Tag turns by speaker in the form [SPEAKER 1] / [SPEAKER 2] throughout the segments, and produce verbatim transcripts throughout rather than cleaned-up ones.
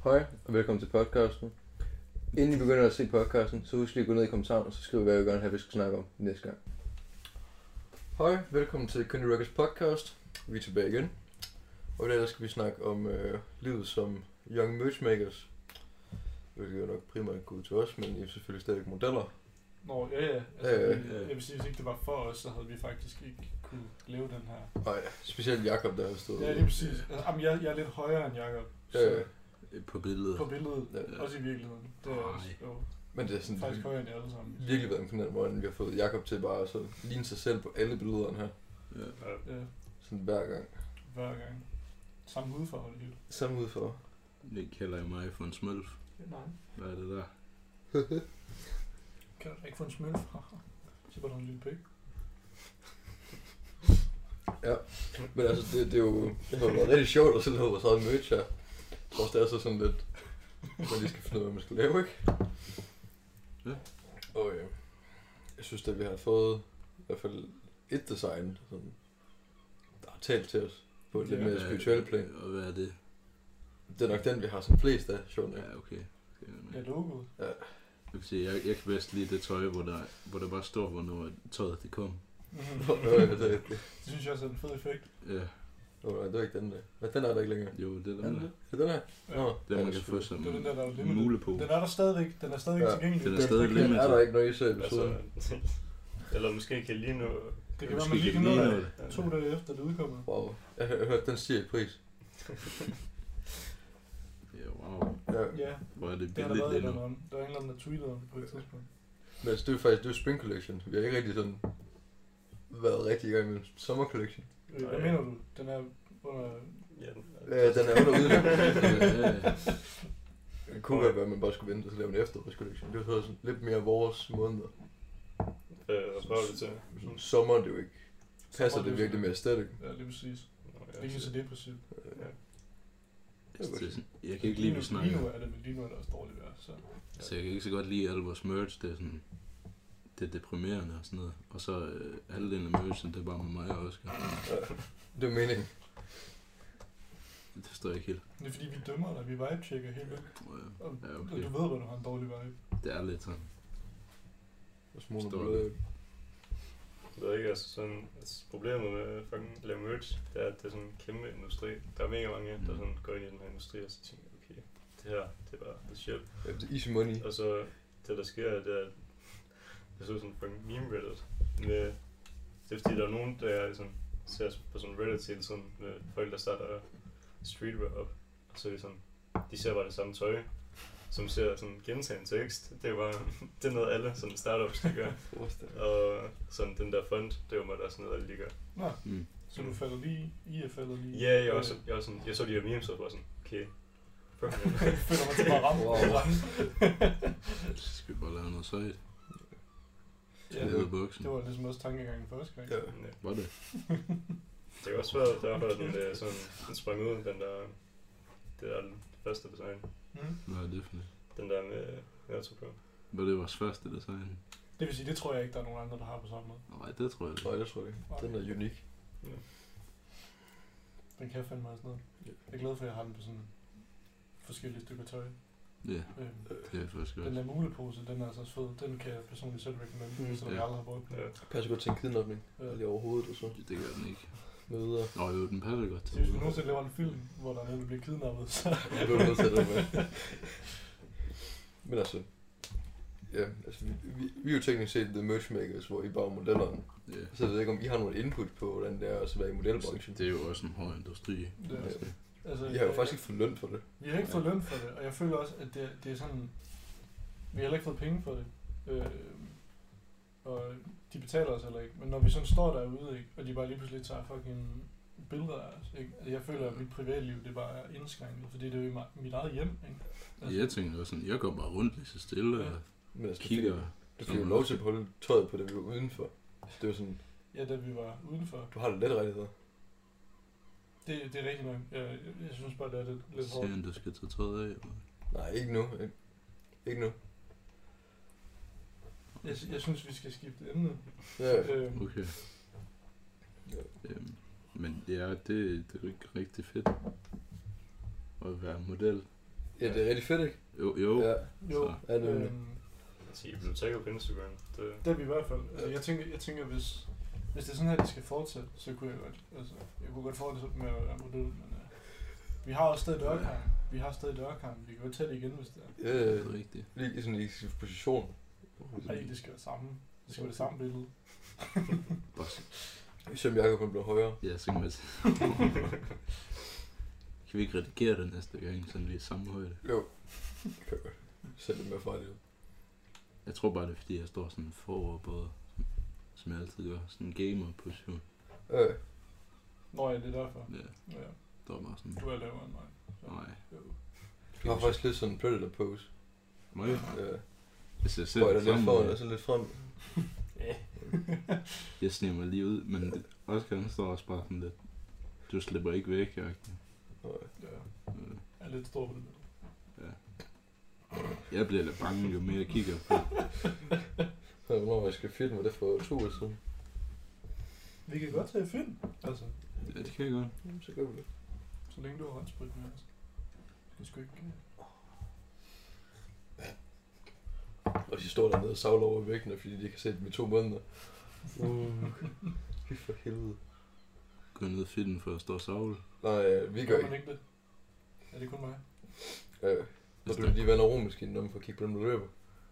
[SPEAKER 1] Hej, og velkommen til podcasten. Inden I begynder at se podcasten, så husk lige at gå ned i kommentarerne, og så skriv, hvad I gerne have, vi skal snakke om næste gang. Hej, velkommen til Køndig Records podcast. Vi er tilbage igen. Og i dag der skal vi snakke om øh, livet som young merchmakers. Hvilket jo nok primært går ud til os, men I er selvfølgelig stadig modeller.
[SPEAKER 2] Nå, ja, ja. Altså,
[SPEAKER 1] Ja, ja,
[SPEAKER 2] ja. Jeg vil sige, hvis ikke det var for os, så havde vi faktisk ikke kunne leve den her.
[SPEAKER 1] Nej, specielt Jakob, der har stået.
[SPEAKER 2] Ja, det er præcis. Altså, jamen, jeg, jeg er lidt højere end Jakob.
[SPEAKER 1] Ja, ja.
[SPEAKER 3] På billedet.
[SPEAKER 2] På billedet,
[SPEAKER 1] Ja,
[SPEAKER 2] ja. Også i virkeligheden. Det er også, jo,
[SPEAKER 1] Men det er sådan
[SPEAKER 2] faktisk højere end jer alle sammen.
[SPEAKER 1] virkelig været imponerende, hvordan vi har fået Jakob til bare at så ligne sig selv på alle billederne her.
[SPEAKER 3] Ja.
[SPEAKER 2] Ja,
[SPEAKER 1] Sådan hver gang.
[SPEAKER 2] hver gang. Samme hudfarve, det hele.
[SPEAKER 1] Samme ud for.
[SPEAKER 3] Det kalder jeg mig for en smølf.
[SPEAKER 2] Ja, nej.
[SPEAKER 3] Hvad er det der?
[SPEAKER 2] Kan du ikke få en smølf? Så var der en lille pæk.
[SPEAKER 1] Ja, men altså det, det er jo det har været rigtig sjovt at se noget vores eget merch her. Jeg tror også det er så sådan lidt, man lige skal finde ud af, hvad man skal lave, ikke?
[SPEAKER 3] Ja.
[SPEAKER 1] Og øh, jeg synes at vi har fået i hvert fald et design, sådan, der har talt til os på et lidt mere spirituelt plan.
[SPEAKER 3] Og hvad er det?
[SPEAKER 1] Det er nok den, vi har sådan flest af, sjovt nok.
[SPEAKER 3] Ja, okay.
[SPEAKER 2] Ja, logoet.
[SPEAKER 1] Ja.
[SPEAKER 3] Du kan sige, jeg, jeg kan bedst lide det tøj, hvor der, hvor der bare står, hvornår tøjet det kom.
[SPEAKER 2] Mm-hmm.
[SPEAKER 1] Nå, ja, det, det.
[SPEAKER 2] Det synes jeg også er en fed effekt.
[SPEAKER 3] Ja,
[SPEAKER 1] Nå, nej, det er ikke den der. Men den er der ikke længere.
[SPEAKER 3] jo, det er
[SPEAKER 1] Er
[SPEAKER 3] den
[SPEAKER 1] den
[SPEAKER 3] der.
[SPEAKER 1] det? Er den her?
[SPEAKER 2] Ja.
[SPEAKER 1] Nå,
[SPEAKER 3] Den
[SPEAKER 1] ja,
[SPEAKER 3] man kan få som
[SPEAKER 2] Det er den der, der er limited.
[SPEAKER 3] mule på.
[SPEAKER 2] Den er der stadigvæk. Den er stadigvæk
[SPEAKER 1] Ja,
[SPEAKER 2] tilgængelig.
[SPEAKER 3] den er
[SPEAKER 1] Den,
[SPEAKER 3] stadig
[SPEAKER 1] den
[SPEAKER 3] limited.
[SPEAKER 1] er der ikke, når I ser episoden.
[SPEAKER 4] Altså, eller måske kan lige nu...
[SPEAKER 2] Det kan være,
[SPEAKER 3] Måske
[SPEAKER 2] man lige kan
[SPEAKER 3] kan
[SPEAKER 2] nå
[SPEAKER 3] lige
[SPEAKER 2] det to dage efter det udkommer.
[SPEAKER 1] Wow, jeg har hørt, den stiger i pris.
[SPEAKER 3] Ja, wow.
[SPEAKER 1] Ja.
[SPEAKER 2] Ja,
[SPEAKER 3] Hvor er det
[SPEAKER 2] det har der
[SPEAKER 3] billigt
[SPEAKER 2] været
[SPEAKER 3] lige
[SPEAKER 2] et eller
[SPEAKER 3] nu.
[SPEAKER 2] andet om. Der er en eller anden, der tweetede om det på et tidspunkt.
[SPEAKER 1] Men altså, det er jo faktisk, det er jo Spring Collection. Vi har ikke rigtig sådan været rigtig i gang med Summer Collection.
[SPEAKER 2] Øh, Hvad
[SPEAKER 4] Nej.
[SPEAKER 2] mener du? Den er under...
[SPEAKER 4] Ja, den,
[SPEAKER 1] Ja, den er under udløb.
[SPEAKER 3] Ja, ja.
[SPEAKER 1] Det kunne godt være, at man bare skulle vente og så lave en efterårs collection. Det er jo sådan lidt mere vores måneder.
[SPEAKER 4] Hvad prøver det til?
[SPEAKER 1] Sådan, sommer, det er jo ikke... Passer
[SPEAKER 2] Sommer,
[SPEAKER 1] det
[SPEAKER 2] det er
[SPEAKER 1] virkelig med aesthetic?
[SPEAKER 2] Ja, det er præcis.
[SPEAKER 4] Nå,
[SPEAKER 2] Det er ikke så depressivt.
[SPEAKER 3] Altså, det er sådan- Jeg kan ikke lide,
[SPEAKER 2] Lige
[SPEAKER 3] vi
[SPEAKER 2] nu,
[SPEAKER 3] snakker.
[SPEAKER 2] lige nu er det, men lige nu er det også dårligt vejr, så...
[SPEAKER 3] Så jeg kan ikke så godt lide alle vores merch. Det er sådan... Det er deprimerende og sådan noget. Og så øh, halvdelen af merchen, det er bare med mig og Oscar.
[SPEAKER 1] Det er meningen.
[SPEAKER 3] Det forstår jeg ikke helt.
[SPEAKER 2] Det er fordi, vi dømmer dig, vi vibe-checker helt vildt.
[SPEAKER 3] Og, øh,
[SPEAKER 2] Og,
[SPEAKER 3] Ja,
[SPEAKER 2] og
[SPEAKER 3] okay.
[SPEAKER 2] du ved, hvor du har en dårlig vibe.
[SPEAKER 3] Det er lidt sådan.
[SPEAKER 1] Og små
[SPEAKER 3] Forstår
[SPEAKER 1] bløde.
[SPEAKER 4] Jeg ved ikke, altså sådan, altså problemet med at fucking lave merch, det er, at det er sådan en kæmpe industri. Der er mega mange, der sådan går ind i den her industri, og så tænker jeg, okay, det her, det er bare the shit.
[SPEAKER 1] Ja, det er easy money.
[SPEAKER 4] Og så, det der sker, det er, at jeg så sådan en fucking meme Reddit med, det er fordi, der er nogen, der sådan, ser på sådan Reddit hele tiden med folk, der starter streetwear op, og så er det sådan, de ser bare det samme tøj, som ser sådan gentagen tekst. Det er bare, det er noget alle sådan startups, de gør. Og sådan den der font, det var mig, der er sådan noget, alle de gør.
[SPEAKER 2] Nå,
[SPEAKER 3] Mm.
[SPEAKER 2] så du falder lige... I er faldet lige...
[SPEAKER 4] Ja, jeg, også, jeg, også sådan, jeg så de her memes, og var sådan, okay, fuck man.
[SPEAKER 2] Jeg føler mig til bare ramt.
[SPEAKER 1] Wow.
[SPEAKER 3] Så skal vi bare lave noget søjt.
[SPEAKER 2] Ja,
[SPEAKER 3] Ud
[SPEAKER 2] det,
[SPEAKER 3] af buksen.
[SPEAKER 2] det var ligesom også tankegangen første gang.
[SPEAKER 1] Ja.
[SPEAKER 4] Ja.
[SPEAKER 3] Var det?
[SPEAKER 4] Det kan også være, derfor at den der sådan, den sprang ud, den der, det der den første design.
[SPEAKER 2] Mm.
[SPEAKER 3] Hvad er det for det?
[SPEAKER 4] Den der med Nato på.
[SPEAKER 3] Var det vores første design?
[SPEAKER 2] Det vil sige, det tror jeg ikke, der er nogen andre, der har på samme måde.
[SPEAKER 3] Nej, det tror jeg ikke.
[SPEAKER 1] Nej, det tror jeg ikke. Den er unik.
[SPEAKER 4] Ja.
[SPEAKER 2] Den kan fandme også noget.
[SPEAKER 1] Ja.
[SPEAKER 2] Jeg er glad for, at jeg har den på sådan forskellige stykker tøj.
[SPEAKER 3] Ja,
[SPEAKER 2] Øhm,
[SPEAKER 3] det er faktisk godt.
[SPEAKER 2] Den der mulepose, den er altså også fed. Den kan jeg personligt selv recommende,
[SPEAKER 1] Mm.
[SPEAKER 2] selvom
[SPEAKER 3] Ja.
[SPEAKER 2] jeg aldrig har brugt den.
[SPEAKER 4] Ja.
[SPEAKER 1] Passer godt til en kidnapning.
[SPEAKER 2] Ja.
[SPEAKER 1] Lige over hovedet og så
[SPEAKER 3] Det gør den ikke.
[SPEAKER 1] med videre.
[SPEAKER 3] Nå jo, den passer godt
[SPEAKER 2] Så
[SPEAKER 3] til.
[SPEAKER 2] hvis vi nogensinde laver en film, hvor der er nogen, der bliver kidnappet, så...
[SPEAKER 1] Jeg blev nødt til det med. Men altså, ja, altså vi, vi, vi er jo teknisk set the merchmakers, hvor I bare er modellerne.
[SPEAKER 3] Ja.
[SPEAKER 1] Så jeg ved ikke, om I har noget input på, hvordan det er at være i modelbranchen.
[SPEAKER 3] Det er jo også en hård industri.
[SPEAKER 2] Det er,
[SPEAKER 1] Ja.
[SPEAKER 2] altså,
[SPEAKER 1] I har jo faktisk ikke fået løn for det.
[SPEAKER 2] Vi har ikke fået løn for det, og jeg føler også, at det, det er sådan... Vi har heller ikke fået penge for det. Øh, og de betaler os heller ikke. Men når vi sådan står derude, ikke, og de bare lige pludselig tager fucking billeder af os, ikke? Altså, jeg føler, at mit privatliv, det bare er indskrænket, fordi det er jo i mi- mit eget hjem, ikke? Altså,
[SPEAKER 3] Jeg tænker også sådan, jeg går bare rundt lige så stille og
[SPEAKER 1] Men altså,
[SPEAKER 3] kigger.
[SPEAKER 1] du fik jo lov til at holde tøjet på det, vi var udenfor. Så det var sådan,
[SPEAKER 2] Ja, da vi var udenfor.
[SPEAKER 1] du har det lidt rettigheder.
[SPEAKER 2] Det, det er rigtigt nok. Jeg, jeg, jeg synes bare, det er lidt, lidt hårdt.
[SPEAKER 3] Siger han, du skal tage tøjet af? Eller?
[SPEAKER 1] Nej, ikke nu. Ikke, ikke nu.
[SPEAKER 2] Jeg, jeg synes, vi skal skifte emne.
[SPEAKER 1] Ja,
[SPEAKER 2] Øhm,
[SPEAKER 3] Okay.
[SPEAKER 1] ja.
[SPEAKER 3] Øhm, men ja, det, det er ikke rigtig fedt at være model.
[SPEAKER 1] Ja, det er rigtig fedt, ikke?
[SPEAKER 3] Jo, jo.
[SPEAKER 1] Ja,
[SPEAKER 2] Jo,
[SPEAKER 3] Så.
[SPEAKER 1] Ja, det er det.
[SPEAKER 2] øhm,
[SPEAKER 4] Altså, I blev tagget på Instagram. Det,
[SPEAKER 2] det er vi i hvert fald. Altså, jeg tænker, jeg tænker hvis, hvis det er sådan her, det skal fortsætte, så kunne jeg godt, altså, jeg kunne godt fortsætte med at være model, men uh, vi har også stadig dørkamp. Vi har stadig dørkamp. Vi kan godt tage det igen, hvis det er.
[SPEAKER 1] Ja,
[SPEAKER 3] Det er rigtigt.
[SPEAKER 1] lige i sådan i sin position.
[SPEAKER 2] Nej, det skal være samme. Det skal være det samme billede.
[SPEAKER 3] Bare sådan.
[SPEAKER 1] Selvom Jacob han blev højere.
[SPEAKER 3] Ja, så kan man Kan vi ikke redigere det næste gang, sådan lige samme højde?
[SPEAKER 1] Jo. Kan jeg godt. Selv lidt mere farligt ud.
[SPEAKER 3] Jeg tror bare, det er fordi, jeg står sådan forover både, som jeg altid gør. Sådan en gamer-position.
[SPEAKER 1] Ja.
[SPEAKER 2] Nå ja, det er derfor.
[SPEAKER 3] Ja,
[SPEAKER 2] Ja,
[SPEAKER 3] der var bare sådan...
[SPEAKER 2] du er lavere end mig. Så.
[SPEAKER 3] Nej.
[SPEAKER 2] Jo.
[SPEAKER 1] Du har faktisk lidt sådan en predator pose.
[SPEAKER 3] Mig?
[SPEAKER 1] Ja.
[SPEAKER 3] Hvis jeg
[SPEAKER 1] Bøjer
[SPEAKER 3] selv
[SPEAKER 1] dig lidt foran og så lidt frem.
[SPEAKER 2] Ja.
[SPEAKER 3] jeg sniger mig lige ud, men det, Oscar han står også bare sådan lidt... Du slipper ikke væk, jeg.
[SPEAKER 2] Ja,
[SPEAKER 3] Øh,
[SPEAKER 2] jeg er lidt stor på det.
[SPEAKER 3] Jeg bliver lidt bange, jo mere jeg kigger på.
[SPEAKER 1] Ja, hvornår jeg skal filme det for to uger siden.
[SPEAKER 2] Vi kan godt tage film, altså.
[SPEAKER 3] Ja, det kan jeg godt.
[SPEAKER 1] Jamen, så gør vi det.
[SPEAKER 2] Så længe du har håndsprit med, altså. Det skal ikke...
[SPEAKER 1] Og de står dernede og savler over væggene, fordi de kan se dem i to måneder. Uh, fy for helvede.
[SPEAKER 3] Gå ned i filmen for at stå og savle.
[SPEAKER 1] Nej, ja, vi gør
[SPEAKER 2] Gør man
[SPEAKER 1] ikke.
[SPEAKER 2] ikke det? Er det kun mig?
[SPEAKER 1] Ja, når du lige vender romaskinen om for at kigge på dem, der løber.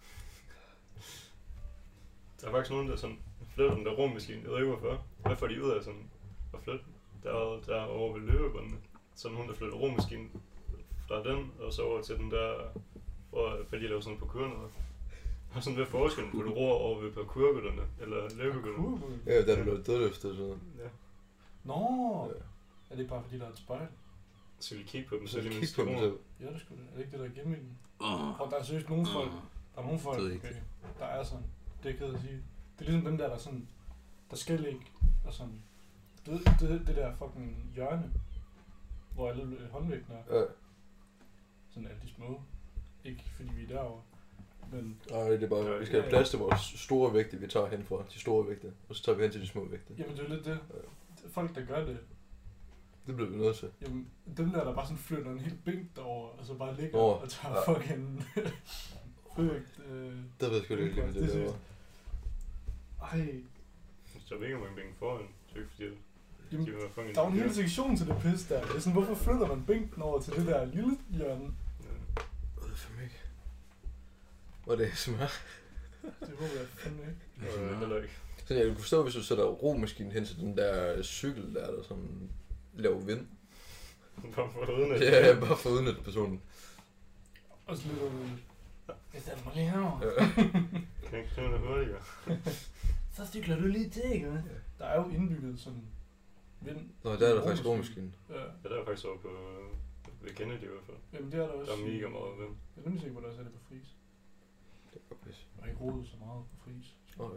[SPEAKER 4] der er faktisk nogen, der sådan flytter den der rummaskine. Jeg ved ikke hvorfor. Hvad får de ud af sådan at flytte? Der er, der er over ved løbebåndene. Så er der nogen, der flytter rummaskinen fra den, og så over til den der, hvor fordi de laver sådan på kurnet. Og sådan hvad er forskellen på det ror over ved parkourgutterne, eller løbegutterne?
[SPEAKER 2] Cool.
[SPEAKER 1] Ja, der er du lavet dødløfter og sådan noget.
[SPEAKER 4] Ja.
[SPEAKER 2] Nå!
[SPEAKER 1] Ja.
[SPEAKER 2] Er det bare fordi, der er et spejl?
[SPEAKER 4] Så vi kigge på dem,
[SPEAKER 1] Så
[SPEAKER 4] så er de
[SPEAKER 1] kig
[SPEAKER 4] mindst
[SPEAKER 1] på dem selv.
[SPEAKER 2] Ja, det skulle det. Er det ikke det, der er gemmingen?
[SPEAKER 3] Åh,
[SPEAKER 2] Og der er seriøst nogle folk,
[SPEAKER 3] åh.
[SPEAKER 2] der er nogle folk,
[SPEAKER 3] Det er
[SPEAKER 2] okay,
[SPEAKER 3] rigtigt.
[SPEAKER 2] der er sådan, det er ked at sige. Det er ligesom dem der, der sådan, der skal ikke, og sådan, du ved, det, det der fucking hjørne, hvor alle øh, håndvægtene er,
[SPEAKER 1] Ja.
[SPEAKER 2] sådan alle de små. Ikke fordi vi er derovre, men
[SPEAKER 1] Nej, det er bare, vi skal have plads til vores store vægte, vi tager hen fra de store vægte. Og så tager vi hen til de små vægte.
[SPEAKER 2] jamen det er lidt det. Folk, der gør det,
[SPEAKER 1] Det bliver vi nødt til.
[SPEAKER 2] jamen dem der, der bare sådan flytter en hel bænk derover, og så bare ligger
[SPEAKER 1] Nå,
[SPEAKER 2] og tager
[SPEAKER 1] ja.
[SPEAKER 2] fucking frivægt. Øh,
[SPEAKER 1] Der ved jeg sgu ikke, hvad det
[SPEAKER 2] Det
[SPEAKER 1] der
[SPEAKER 2] synes-
[SPEAKER 1] var.
[SPEAKER 2] ej,
[SPEAKER 4] Så er mega mange penge foran. Så er ikke fordi, at
[SPEAKER 2] jamen,
[SPEAKER 4] de var fucking...
[SPEAKER 2] der er jo en hel sektion til det pis der. Det er sådan, hvorfor flytter man bænken over til det der lille hjørne?
[SPEAKER 4] Ja.
[SPEAKER 1] Jeg ved fandme ikke. Var det smør?
[SPEAKER 2] Det håber jeg fandme ikke.
[SPEAKER 4] Det var jeg heller ikke.
[SPEAKER 1] Så jeg kunne forstå, hvis du sætter romaskinen hen til den der cykel der, der sådan laver vind.
[SPEAKER 4] Bare for at udnytte.
[SPEAKER 1] Ja, ja, bare for at udnytte personen.
[SPEAKER 2] Og så lidt over jeg sætter mig lige herovre.
[SPEAKER 1] Ja.
[SPEAKER 4] Kan ikke knæde hurtigere.
[SPEAKER 2] Så cykler du lige til, ikke? Der er jo indbygget sådan vind.
[SPEAKER 1] Nå, der er der faktisk romaskinen.
[SPEAKER 2] Ja,
[SPEAKER 4] Ja, der er faktisk over på... Ved Kennedy i hvert fald.
[SPEAKER 2] jamen det er der også.
[SPEAKER 4] Der er mega meget vind.
[SPEAKER 2] Jeg er nemlig sikker på, at der også er det på fris.
[SPEAKER 1] Det er godt pis.
[SPEAKER 2] Jeg har ikke rodet så meget på fris.
[SPEAKER 1] Okay.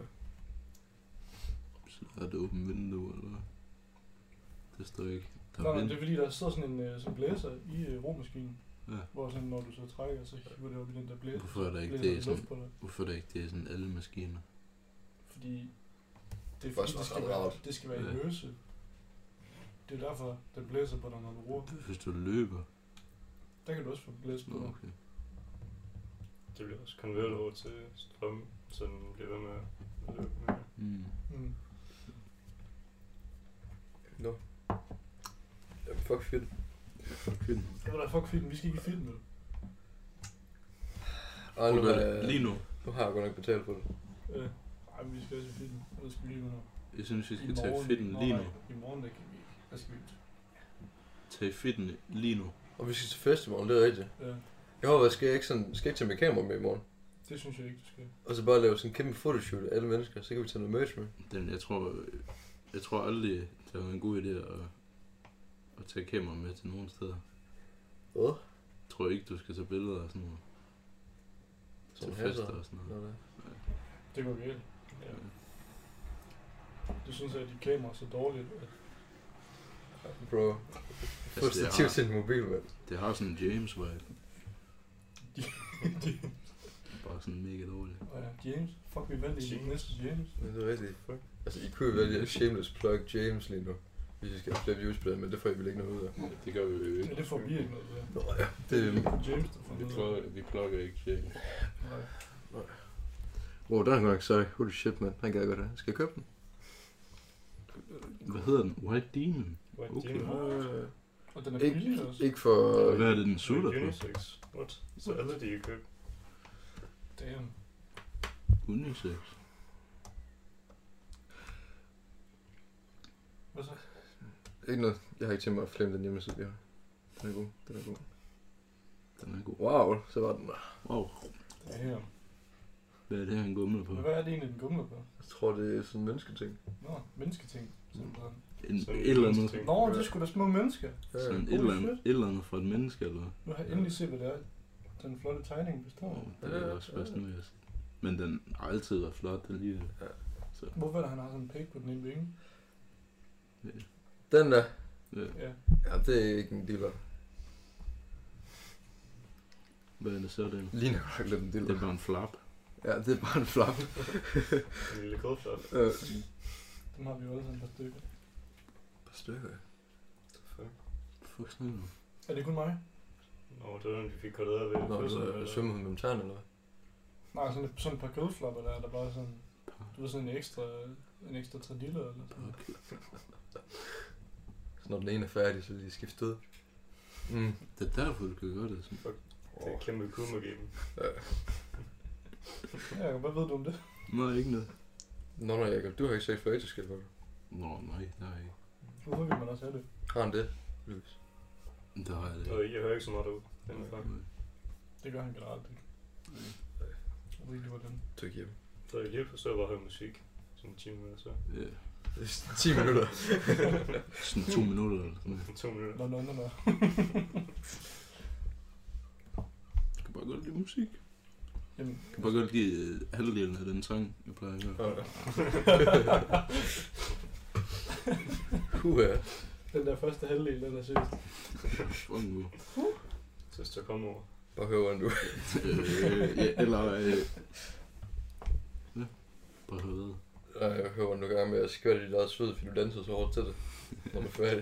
[SPEAKER 3] Så er det åbent vindue, eller hvad? Det står ikke. Der
[SPEAKER 2] Nå,
[SPEAKER 3] er
[SPEAKER 2] nej,
[SPEAKER 3] vind.
[SPEAKER 2] det er fordi, der sidder sådan en øh, sådan blæser i øh, romaskinen.
[SPEAKER 3] Ja.
[SPEAKER 2] Hvor sådan, når du så trækker, så hiver det op i den der blæser.
[SPEAKER 3] Hvorfor er der ikke
[SPEAKER 2] blæser
[SPEAKER 3] det
[SPEAKER 2] der
[SPEAKER 3] sådan-
[SPEAKER 2] luft på dig.
[SPEAKER 3] Hvorfor er det ikke det er sådan alle maskiner?
[SPEAKER 2] Fordi det, er
[SPEAKER 1] Bare
[SPEAKER 2] fordi,
[SPEAKER 1] så
[SPEAKER 2] det, skal
[SPEAKER 1] ret
[SPEAKER 2] være,
[SPEAKER 1] rart.
[SPEAKER 2] det skal være
[SPEAKER 3] Ja.
[SPEAKER 2] i løse. Det er derfor, den blæser på dig, når du roer.
[SPEAKER 3] Hvis du løber.
[SPEAKER 2] Der kan du også få blæs på
[SPEAKER 3] Nå,
[SPEAKER 2] dig.
[SPEAKER 3] okay.
[SPEAKER 4] Det bliver også konverteret over til strøm, så den bliver ved med at løbe med.
[SPEAKER 3] Mm.
[SPEAKER 2] Mm.
[SPEAKER 1] Nå. Jamen, fuck fedt.
[SPEAKER 3] Fuck film.
[SPEAKER 2] Det var da fuck film. Vi skal ikke i film, med.
[SPEAKER 1] Ej, nu,
[SPEAKER 3] Okay,
[SPEAKER 1] har jeg,
[SPEAKER 3] lige nu.
[SPEAKER 1] nu har jeg godt nok betalt for det.
[SPEAKER 2] Øh, ej, men vi skal også i film. Hvad skal vi lige med nu?
[SPEAKER 3] Jeg synes, vi
[SPEAKER 2] I
[SPEAKER 3] skal tage
[SPEAKER 2] morgen-
[SPEAKER 3] fitten
[SPEAKER 2] Nå,
[SPEAKER 3] lige
[SPEAKER 2] nej,
[SPEAKER 3] nu.
[SPEAKER 2] I morgen, der kan vi ikke. Hvad skal vi ikke?
[SPEAKER 3] Tag fitten lige nu.
[SPEAKER 1] Og vi skal til fest i morgen, det er rigtigt.
[SPEAKER 2] Ja,
[SPEAKER 1] Jeg håber, jeg skal ikke, sådan, skal ikke tage mit kamera med i morgen.
[SPEAKER 2] det synes jeg ikke, du skal.
[SPEAKER 1] Og så bare lave sådan en kæmpe photoshoot af alle mennesker, så kan vi tage noget merch med.
[SPEAKER 3] Den, jeg tror, jeg tror aldrig, det var en god idé at, at tage kamera med til nogen steder.
[SPEAKER 1] Hvad?
[SPEAKER 3] Jeg tror ikke, du skal tage billeder og sådan noget.
[SPEAKER 1] Sådan
[SPEAKER 3] Til fester
[SPEAKER 1] hasser.
[SPEAKER 3] og sådan
[SPEAKER 1] Nå,
[SPEAKER 3] noget.
[SPEAKER 1] det.
[SPEAKER 2] Det går galt. Ja. Du synes, at dit kamera er så dårligt, at
[SPEAKER 1] Bro. Få
[SPEAKER 3] Altså, det
[SPEAKER 1] stativ
[SPEAKER 3] har-
[SPEAKER 1] til en mobil, mand.
[SPEAKER 3] Det har sådan en James vibe.
[SPEAKER 2] de,
[SPEAKER 3] Bare sådan mega dårligt.
[SPEAKER 2] ja, James. Fuck, vi valgte i
[SPEAKER 4] James.
[SPEAKER 2] næste James.
[SPEAKER 1] Men det er rigtigt. Altså, I kunne jo vælge shameless plug James lige nu. Vi skal have flere views på det, men det får I vel ikke noget ud af.
[SPEAKER 3] Det gør vi jo
[SPEAKER 2] Ja,
[SPEAKER 3] ikke.
[SPEAKER 2] det får vi ikke noget af.
[SPEAKER 1] Nå ja, det
[SPEAKER 2] Det
[SPEAKER 1] er...
[SPEAKER 2] er James, der får
[SPEAKER 3] Vi
[SPEAKER 2] noget af.
[SPEAKER 3] plukker, vi plukker ikke James.
[SPEAKER 2] Nej.
[SPEAKER 1] Wow, der er nok, sorry. Holy shit, man. Han gad godt have. Skal jeg købe den?
[SPEAKER 3] Hvad hedder den? White Demon?
[SPEAKER 4] White
[SPEAKER 3] Okay.
[SPEAKER 4] Demon.
[SPEAKER 1] Øh,
[SPEAKER 2] Og den er
[SPEAKER 1] ikke,
[SPEAKER 2] billig også.
[SPEAKER 1] ikke for...
[SPEAKER 3] Hvad er det, den sutter på?
[SPEAKER 4] Unisex. What? Så alle de kan købe.
[SPEAKER 2] Damn.
[SPEAKER 3] Unisex.
[SPEAKER 2] Hvad så?
[SPEAKER 1] Ikke noget. Jeg har ikke tænkt mig at flemme den hjemmeside, vi har. Den er god. Den er god.
[SPEAKER 3] Den er god.
[SPEAKER 1] Wow, så var den der.
[SPEAKER 3] Wow.
[SPEAKER 2] Damn.
[SPEAKER 3] Hvad er det, han gumler på?
[SPEAKER 2] Men hvad er det egentlig, den gumler på?
[SPEAKER 1] Jeg tror, det er sådan en mennesketing.
[SPEAKER 2] Nå, mennesketing. Simpelthen.
[SPEAKER 3] En,
[SPEAKER 4] Sådan
[SPEAKER 3] et eller andet.
[SPEAKER 4] ting.
[SPEAKER 2] Nå, det er sgu da små mennesker.
[SPEAKER 1] Ja,
[SPEAKER 3] Sådan
[SPEAKER 1] ja.
[SPEAKER 3] et eller,
[SPEAKER 2] Holy
[SPEAKER 3] andet, et eller andet fra et menneske, eller hvad?
[SPEAKER 2] Nu har jeg endelig set, hvad det er. Den flotte tegning består.
[SPEAKER 3] Oh, det er også fascinerende at se. Men den har altid været flot alligevel.
[SPEAKER 1] Ja.
[SPEAKER 3] Så,
[SPEAKER 2] Hvorfor er der, han har sådan en pæk på den ene vinge?
[SPEAKER 3] ja.
[SPEAKER 1] Den der.
[SPEAKER 3] Ja.
[SPEAKER 2] Ja.
[SPEAKER 1] Ja, det er ikke en dealer.
[SPEAKER 3] Hvad er det så, den?
[SPEAKER 1] Ligner nok lidt en
[SPEAKER 3] Det
[SPEAKER 1] dealer.
[SPEAKER 3] er bare en flap.
[SPEAKER 1] Ja, det er bare en flap.
[SPEAKER 4] En lille kodflot.
[SPEAKER 1] Øh,
[SPEAKER 2] Dem har vi jo alle sammen et par stykker.
[SPEAKER 1] et par stykker.
[SPEAKER 4] Fuck.
[SPEAKER 3] Fuck snakker du?
[SPEAKER 2] Er det kun mig?
[SPEAKER 4] Nå, det var den, vi fik kortet af ved.
[SPEAKER 1] Nå, du
[SPEAKER 4] fødselsdagen,
[SPEAKER 1] har
[SPEAKER 4] eller?
[SPEAKER 1] svømmet med tæerne, eller hvad?
[SPEAKER 2] Nej, sådan et, sådan et par kødflapper der, der bare sådan... Du ved, sådan en ekstra, en ekstra trediller eller sådan.
[SPEAKER 3] Okay.
[SPEAKER 1] Så når den ene er færdig, så vil de skifte ud. Mm.
[SPEAKER 3] Det er derfor, du kan gøre det sådan.
[SPEAKER 4] Det er kæmpe kummergame.
[SPEAKER 2] Ja, hvad ved du om det?
[SPEAKER 3] Nej, ikke noget.
[SPEAKER 1] Nå, nej, Jacob, du har ikke set forældreskab, har du?
[SPEAKER 3] Nå, nej, der er ikke.
[SPEAKER 2] Hvorfor vil man også have det?
[SPEAKER 1] Har han det, Lukas?
[SPEAKER 3] Der har jeg det.
[SPEAKER 4] Og jeg hører ikke så meget ud. Den er fuck.
[SPEAKER 2] Det gør han generelt ikke. Jeg ved ikke, hvordan.
[SPEAKER 1] Tøk hjem.
[SPEAKER 4] Så jeg lige på så bare høre musik. Sådan ti minutter så.
[SPEAKER 3] Ja.
[SPEAKER 1] ti minutter.
[SPEAKER 3] Sådan to minutter eller sådan noget.
[SPEAKER 4] To minutter.
[SPEAKER 2] Nå, nå, nå, nå.
[SPEAKER 3] Jeg kan bare godt lide musik.
[SPEAKER 2] Jamen,
[SPEAKER 3] Jeg kan bare godt lide uh, halvdelen af den sang, jeg plejer at høre.
[SPEAKER 1] Puh, ja.
[SPEAKER 2] den der første halvdel, den er seriøst.
[SPEAKER 3] Fucking god.
[SPEAKER 4] Så skal jeg komme over.
[SPEAKER 1] Bare hør, hvordan du...
[SPEAKER 3] øh, ja, eller... Øh, ja, bare høre hvad.
[SPEAKER 1] Nej, jeg hører, hvordan du er gang med at skvætte dit eget sved, fordi du danser så hårdt til det, når du er færdig.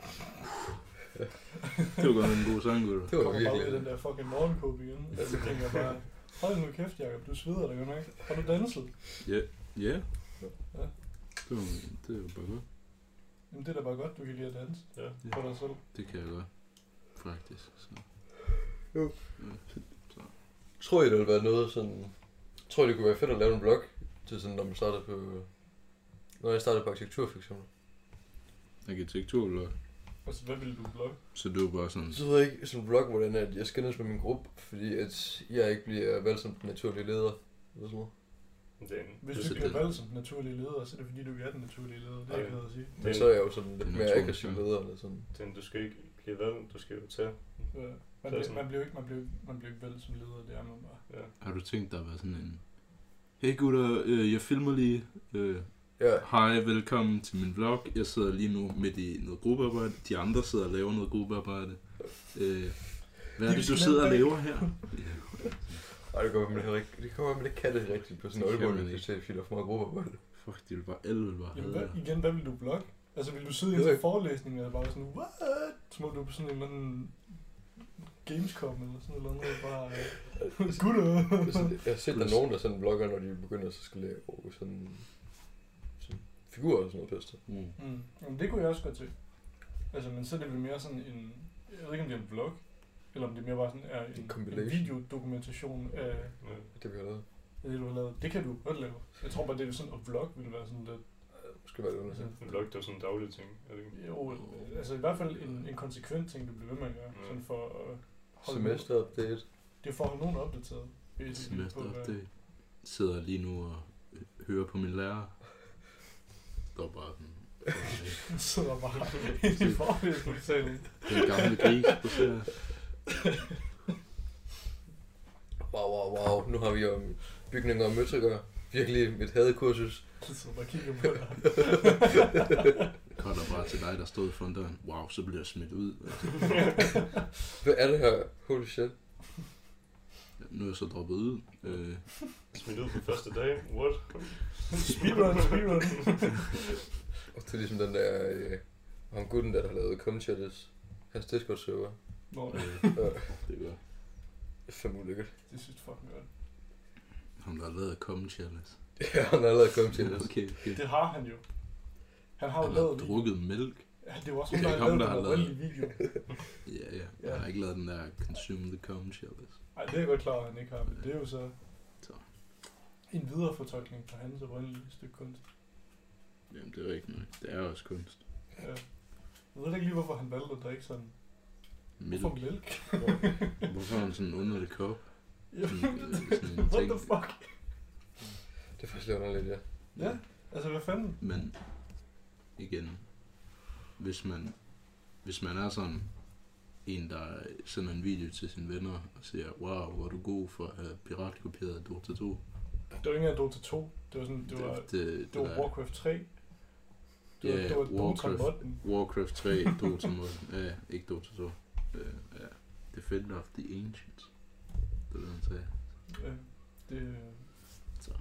[SPEAKER 3] Det var godt en god sang, gutter.
[SPEAKER 1] Det var
[SPEAKER 2] Kommer bare ud
[SPEAKER 1] virkelig...
[SPEAKER 2] i den der fucking morgenkåbe igen. Og så tænker jeg bare, hold nu kæft, Jacob, du sveder dig godt nok. Har du danset?
[SPEAKER 3] Ja. Ja.
[SPEAKER 2] Ja.
[SPEAKER 3] Det var, det var bare godt.
[SPEAKER 2] Jamen det er da bare godt, du kan lide at danse
[SPEAKER 4] Ja.
[SPEAKER 2] for dig selv.
[SPEAKER 3] Det kan jeg godt. Faktisk. Så.
[SPEAKER 1] Jo.
[SPEAKER 3] Ja.
[SPEAKER 1] Tror I, det ville være noget sådan... Tror I, det kunne være fedt at lave en blog til sådan, når man starter på... Når jeg startede på arkitektur, for eksempel.
[SPEAKER 3] Arkitektur, eller?
[SPEAKER 2] Altså, hvad ville du blogge?
[SPEAKER 3] Så det var bare sådan...
[SPEAKER 1] Så ved jeg ikke sådan en vlog, hvordan at jeg skændes med min gruppe, fordi at jeg ikke bliver valgt som den naturlige leder. Eller sådan noget.
[SPEAKER 4] Det er en,
[SPEAKER 2] Hvis
[SPEAKER 3] det
[SPEAKER 2] du
[SPEAKER 3] er
[SPEAKER 2] ikke bliver
[SPEAKER 3] det.
[SPEAKER 2] valgt som den naturlige leder, så er det fordi, du ikke er den naturlige leder. Det er
[SPEAKER 4] Ja.
[SPEAKER 2] ikke noget at sige.
[SPEAKER 1] Men så er jeg jo sådan lidt
[SPEAKER 3] Det er
[SPEAKER 1] mere
[SPEAKER 3] naturligt,
[SPEAKER 1] aggressiv
[SPEAKER 3] ja.
[SPEAKER 1] leder, eller sådan.
[SPEAKER 4] den, du skal ikke blive valgt, du skal jo tage.
[SPEAKER 2] Ja. Man,
[SPEAKER 4] er
[SPEAKER 2] bliver,
[SPEAKER 4] sådan-
[SPEAKER 2] man, bliver ikke, man, bliver, man bliver ikke valgt som leder, det er man bare.
[SPEAKER 4] Ja.
[SPEAKER 3] Har du tænkt dig at være sådan en... Hey gutter, øh, jeg filmer lige. Øh,
[SPEAKER 1] Ja,
[SPEAKER 3] Hej, velkommen til min vlog. Jeg sidder lige nu midt i noget gruppearbejde. De andre sidder og laver noget gruppearbejde. Øh, hvad er
[SPEAKER 2] De
[SPEAKER 3] det,
[SPEAKER 2] skal
[SPEAKER 3] du sidder og
[SPEAKER 2] lave
[SPEAKER 3] laver her? Ja.
[SPEAKER 1] ej, det går man heller ikke. Det kommer man ikke kan det rigtigt på sådan en
[SPEAKER 3] Det kan man
[SPEAKER 1] ølbund,
[SPEAKER 3] ikke.
[SPEAKER 1] det er fordi der er for meget gruppearbejde.
[SPEAKER 3] Fuck, de vil bare, alle vil bare
[SPEAKER 2] Jamen,
[SPEAKER 3] have
[SPEAKER 2] hvad,
[SPEAKER 3] det.
[SPEAKER 2] igen, hvad vil du blogge? Altså, vil du sidde
[SPEAKER 1] Det
[SPEAKER 2] ind
[SPEAKER 1] ved
[SPEAKER 2] til
[SPEAKER 1] jeg
[SPEAKER 2] forelæsningen og bare sådan, what? Som om du er på sådan en eller anden Gamescom eller sådan noget, andet, bare, øh, gutter.
[SPEAKER 1] Altså, jeg har set der er nogen, der sådan blogger, når de begynder så skal lave sådan, sådan figurer og sådan noget pester.
[SPEAKER 3] Mm.
[SPEAKER 2] Mm. Jamen, det kunne jeg også godt til. Altså, men så er det vel mere sådan en, jeg ved ikke om det er en vlog, eller om det mere bare sådan er en,
[SPEAKER 1] En
[SPEAKER 2] en
[SPEAKER 1] compilation.
[SPEAKER 2] videodokumentation af,
[SPEAKER 4] Ja.
[SPEAKER 1] Det vi har lavet.
[SPEAKER 2] af det, du har lavet. Det kan du godt lave. Jeg tror bare, det er sådan, at vlog ville være sådan lidt,
[SPEAKER 1] Måske være det
[SPEAKER 2] altså,
[SPEAKER 1] under.
[SPEAKER 4] En vlog, det er sådan en daglig ting, er det ikke?
[SPEAKER 2] jo, altså i hvert fald en, en konsekvent ting, du bliver ved med at gøre,
[SPEAKER 4] Mm.
[SPEAKER 2] sådan for at holde
[SPEAKER 1] Semesterupdate.
[SPEAKER 2] Det er for at holde nogen opdateret. basically,
[SPEAKER 3] Semester
[SPEAKER 2] på, hvad-
[SPEAKER 3] update. Sidder lige nu og øh, hører på min lærer. Der var bare sådan...
[SPEAKER 2] Han sidder bare inde i forelæsningssalen.
[SPEAKER 3] Den gamle gris, du ser.
[SPEAKER 1] Wow, wow, wow. Nu har vi om bygninger og møtrikker. Virkelig et hadekursus.
[SPEAKER 2] Han sidder bare og kigger på dig.
[SPEAKER 3] Cutter bare til dig, der stod foran døren. Wow, så bliver jeg smidt ud.
[SPEAKER 1] Hvad er det her? Holy shit.
[SPEAKER 3] Nu er jeg så droppet ud. Øh,
[SPEAKER 4] Smidt ud på første dag, what?
[SPEAKER 2] Speedrun, speedrun.
[SPEAKER 1] Og det er ligesom den der... Øh, Og ham gutten der, der har lavet Comchatters. Hans Discord-server.
[SPEAKER 2] Nå,
[SPEAKER 3] Øh,
[SPEAKER 1] Ja,
[SPEAKER 3] det er godt.
[SPEAKER 1] det er fandme ulækkert.
[SPEAKER 2] det synes jeg fucking godt.
[SPEAKER 3] Ham der har lavet Come Chalice.
[SPEAKER 1] Ja, han har lavet Comchatters.
[SPEAKER 3] Okay, okay.
[SPEAKER 2] Det har han jo. Han har jo
[SPEAKER 3] Han har
[SPEAKER 2] lavet video.
[SPEAKER 3] drukket mælk.
[SPEAKER 2] Ja, det er jo også
[SPEAKER 3] Det
[SPEAKER 2] ham,
[SPEAKER 3] er
[SPEAKER 2] der har
[SPEAKER 3] ikke
[SPEAKER 2] lavet
[SPEAKER 3] ham,
[SPEAKER 2] den
[SPEAKER 3] der har
[SPEAKER 2] oprindelige video.
[SPEAKER 3] Ja, ja.
[SPEAKER 2] Ja.
[SPEAKER 3] Han har ikke lavet den der Consume the Come Chalice.
[SPEAKER 2] Ej, det er jeg godt klar, at han ikke har, men det er jo så
[SPEAKER 3] Så.
[SPEAKER 2] en viderefortolkning fra hans oprindelige stykke kunst.
[SPEAKER 3] Jamen, det er rigtigt nok. Det er også kunst.
[SPEAKER 2] Ja. Jeg ved ikke lige, hvorfor han valgte at drikke sådan.
[SPEAKER 3] Mælk.
[SPEAKER 2] Hvorfor mælk?
[SPEAKER 3] Hvorfor har han sådan en underlig kop?
[SPEAKER 2] Ja,
[SPEAKER 3] Sådan, øh, sådan en
[SPEAKER 2] What
[SPEAKER 3] ting.
[SPEAKER 2] the fuck?
[SPEAKER 1] Det er faktisk lidt underligt, ja.
[SPEAKER 2] Ja, altså hvad fanden?
[SPEAKER 3] Men igen, hvis man, hvis man er sådan en, der sender en video til sine venner og siger, wow, hvor er du god for at have piratkopieret Dota to.
[SPEAKER 2] Det var ikke engang Dota to. Det var sådan, det var,
[SPEAKER 3] det, det,
[SPEAKER 2] det var
[SPEAKER 3] der-
[SPEAKER 2] Warcraft tre. Det var,
[SPEAKER 3] Ja,
[SPEAKER 2] det var Dota
[SPEAKER 3] Warcraft.
[SPEAKER 2] modden.
[SPEAKER 3] Warcraft tre, Dota modden. Ja, ikke Dota to. Uh, ja. Defender of the Ancients. Det er det, han sagde.
[SPEAKER 2] Ja, det...
[SPEAKER 3] Så.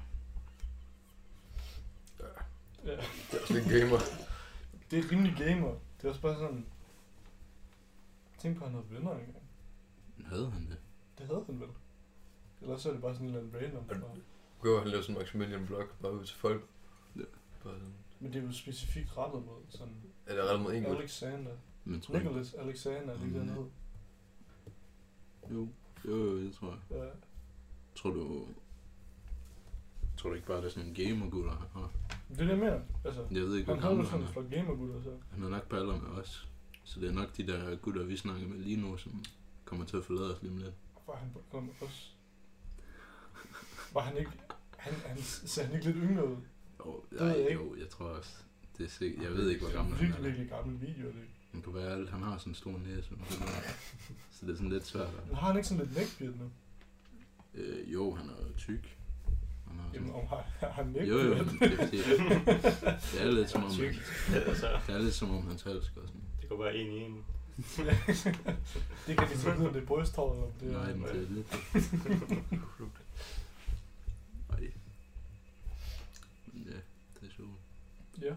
[SPEAKER 2] Ja.
[SPEAKER 1] Det er også lidt gamer.
[SPEAKER 2] Det er rimelig gamer. Det er også bare sådan... Tænk på, at han havde venner engang.
[SPEAKER 3] Havde han det?
[SPEAKER 2] Det havde han vel. Ellers så er det bare sådan en eller anden random.
[SPEAKER 1] Er det-
[SPEAKER 2] Fra.
[SPEAKER 1] Gå og han lavede sådan en Maximilian blog bare ud til folk.
[SPEAKER 3] Ja.
[SPEAKER 1] Bare sådan.
[SPEAKER 2] Men det er jo specifikt rettet mod sådan...
[SPEAKER 1] Er det rettet mod en gut?
[SPEAKER 2] Alexander.
[SPEAKER 3] Men tror jeg,
[SPEAKER 2] Nicholas Alexander, lige
[SPEAKER 3] Mm.
[SPEAKER 2] dernede.
[SPEAKER 3] jo, jo, jo, det tror jeg.
[SPEAKER 2] Ja.
[SPEAKER 3] Tror du, tror du ikke bare, det er sådan en gamer-gutter, han har?
[SPEAKER 2] Det er det mere. Altså,
[SPEAKER 3] Jeg ved ikke,
[SPEAKER 2] han
[SPEAKER 3] hvor
[SPEAKER 2] havde jo
[SPEAKER 3] gammel
[SPEAKER 2] sådan
[SPEAKER 3] han
[SPEAKER 2] en
[SPEAKER 3] er.
[SPEAKER 2] flok gamergutter, så.
[SPEAKER 3] Han er nok på alder med os. Så det er nok de der gutter, vi snakker med lige nu, som kommer til at forlade os lige om lidt.
[SPEAKER 2] Var han kom også... Var han ikke... Han, han, ser han ikke lidt yngre ud?
[SPEAKER 3] Jo,
[SPEAKER 2] Det ved
[SPEAKER 3] ej,
[SPEAKER 2] jeg ikke.
[SPEAKER 3] jo, jeg tror også. Det er sikkert, jeg ved ikke, hvor gammel
[SPEAKER 2] Det
[SPEAKER 3] han
[SPEAKER 2] er
[SPEAKER 3] er.
[SPEAKER 2] virkelig, virkelig gammel video, det.
[SPEAKER 3] Han kunne være alt. Han har sådan en stor næse. og sådan noget. Så det er sådan lidt svært. at-
[SPEAKER 2] Men har han ikke sådan lidt neckbeard nu?
[SPEAKER 3] Øh, jo, han er jo tyk. Han har
[SPEAKER 2] Jamen,
[SPEAKER 3] sådan...
[SPEAKER 2] om har, har han
[SPEAKER 3] Jo, jo,
[SPEAKER 2] neckbeard?
[SPEAKER 3] men det, det, det er lidt som om,
[SPEAKER 4] Tyk.
[SPEAKER 3] han,
[SPEAKER 4] Altså,
[SPEAKER 3] det er lidt som om hans hals går sådan.
[SPEAKER 4] det går bare en i en.
[SPEAKER 2] Det kan vi så vide, om det er brysthår, eller om det er...
[SPEAKER 3] Nej, men det er lidt... Ej. Men ja, det er sjovt.
[SPEAKER 2] Ja.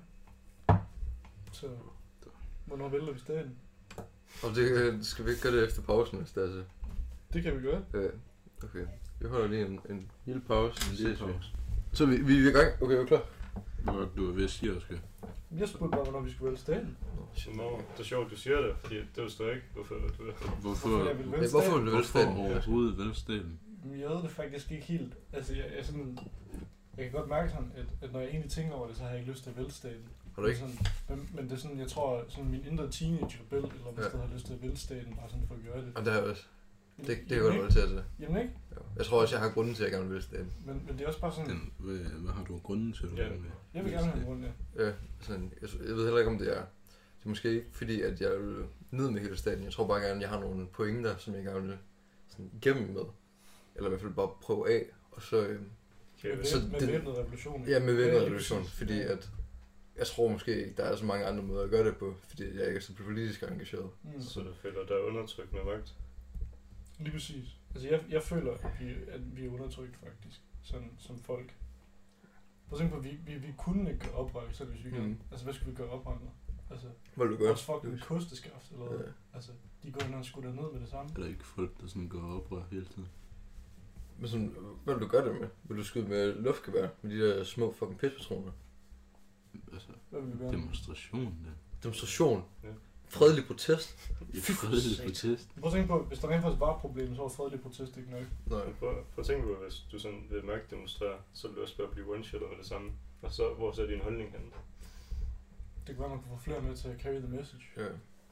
[SPEAKER 2] Så... Hvornår vælter vi staden?
[SPEAKER 1] Og det øh, skal vi ikke gøre det efter pausen, hvis det er så.
[SPEAKER 2] Det kan vi gøre.
[SPEAKER 1] Ja, okay. Vi holder lige en, en lille pause.
[SPEAKER 3] En
[SPEAKER 1] så
[SPEAKER 3] lille
[SPEAKER 1] ses vi.
[SPEAKER 3] pause.
[SPEAKER 1] Så vi, vi er i gang. Okay, er du klar?
[SPEAKER 3] Hvor du er ved at sige, Oscar.
[SPEAKER 2] Jeg spurgte bare, hvornår vi skulle vælge staden.
[SPEAKER 4] Nå, det er sjovt, du siger det, fordi det forstår jeg ikke, hvorfor du...
[SPEAKER 3] Hvorfor,
[SPEAKER 2] Hvorfor jeg vil vælge
[SPEAKER 1] Ja, hvorfor
[SPEAKER 2] staden?
[SPEAKER 1] vil du vælge
[SPEAKER 3] hvorfor
[SPEAKER 1] staten?
[SPEAKER 3] overhovedet velsteden?
[SPEAKER 2] Men jeg ved det faktisk ikke helt. Altså, jeg, jeg, sådan, jeg kan godt mærke sådan, at, at når jeg egentlig tænker over det, så har jeg ikke lyst til at vælge staten.
[SPEAKER 1] Har du ikke?
[SPEAKER 2] Sådan, men, men det er sådan, jeg tror, sådan min indre teenage-rebel, eller om jeg
[SPEAKER 1] Ja.
[SPEAKER 2] stadig har lyst til at vælge staten, bare sådan for at gøre det.
[SPEAKER 1] Og det har jeg også. Det, det kan jeg
[SPEAKER 2] Jamen
[SPEAKER 1] godt
[SPEAKER 2] ikke.
[SPEAKER 1] relatere til.
[SPEAKER 2] Jamen ikke?
[SPEAKER 1] Ja. Jeg tror også, jeg har grunden til, at jeg gerne vil vælge staten.
[SPEAKER 2] Men, men det er også bare sådan,
[SPEAKER 3] Den, hvad, hvad har du af grunden til? at du
[SPEAKER 4] Ja.
[SPEAKER 3] gerne vil
[SPEAKER 2] jeg vil gerne have en grund, ja.
[SPEAKER 1] Ja, sådan, jeg, jeg ved heller ikke, om det er... Det er måske ikke fordi, at jeg vil ned med hele staten. Jeg tror bare gerne, at jeg har nogle pointer, som jeg gerne vil sådan, igennem med. Eller i hvert fald bare prøve af. Og så... Øh,
[SPEAKER 2] Med,
[SPEAKER 1] så
[SPEAKER 2] væb- med
[SPEAKER 1] det-
[SPEAKER 2] væbnet revolution.
[SPEAKER 1] ja, med
[SPEAKER 2] Ja,
[SPEAKER 1] væbnet
[SPEAKER 2] lige
[SPEAKER 1] revolution.
[SPEAKER 2] præcis.
[SPEAKER 1] Fordi
[SPEAKER 2] Ja.
[SPEAKER 1] at... Jeg tror måske ikke, der er så mange andre måder at gøre det på. Fordi jeg ikke er så politisk engageret.
[SPEAKER 2] Mm.
[SPEAKER 4] Så du føler, der er undertrykt med magt?
[SPEAKER 2] Lige præcis. Altså, jeg, jeg føler, at vi, at vi er undertrykt, faktisk. Sådan, som folk. For eksempel, vi, vi, vi kunne ikke gøre oprør, selv hvis vi
[SPEAKER 1] Mm.
[SPEAKER 2] kan. Altså, hvad skulle vi gøre oprør med? Altså,
[SPEAKER 1] Hvad vil du gøre?
[SPEAKER 2] vores fucking kosteskaft, eller hvad?
[SPEAKER 1] Ja.
[SPEAKER 2] Altså, de går ind og skutter ned med det samme.
[SPEAKER 3] Er der ikke folk, der sådan går oprør hele tiden?
[SPEAKER 1] Men sådan, hvad vil du gøre det med? Vil du skyde med luftgevær? Med de der små fucking pispatroner?
[SPEAKER 3] Altså,
[SPEAKER 2] Hvad vil vi gøre?
[SPEAKER 3] demonstration, der.
[SPEAKER 1] Demonstration?
[SPEAKER 4] Ja.
[SPEAKER 1] Fredelig protest?
[SPEAKER 3] I
[SPEAKER 1] Fy for
[SPEAKER 3] fredelig
[SPEAKER 1] satan.
[SPEAKER 3] protest.
[SPEAKER 2] Prøv at tænke på, hvis der rent faktisk var et problem, så var fredelig protest ikke nok.
[SPEAKER 1] Nej.
[SPEAKER 4] Men Prøv, prøv at tænke på, hvis du sådan vil magtdemonstrere, så vil du også bare blive one-shotet med det samme. Og så, hvor så er din holdning henne?
[SPEAKER 2] Det kan være, man kunne få flere med til at carry the message.
[SPEAKER 1] Ja.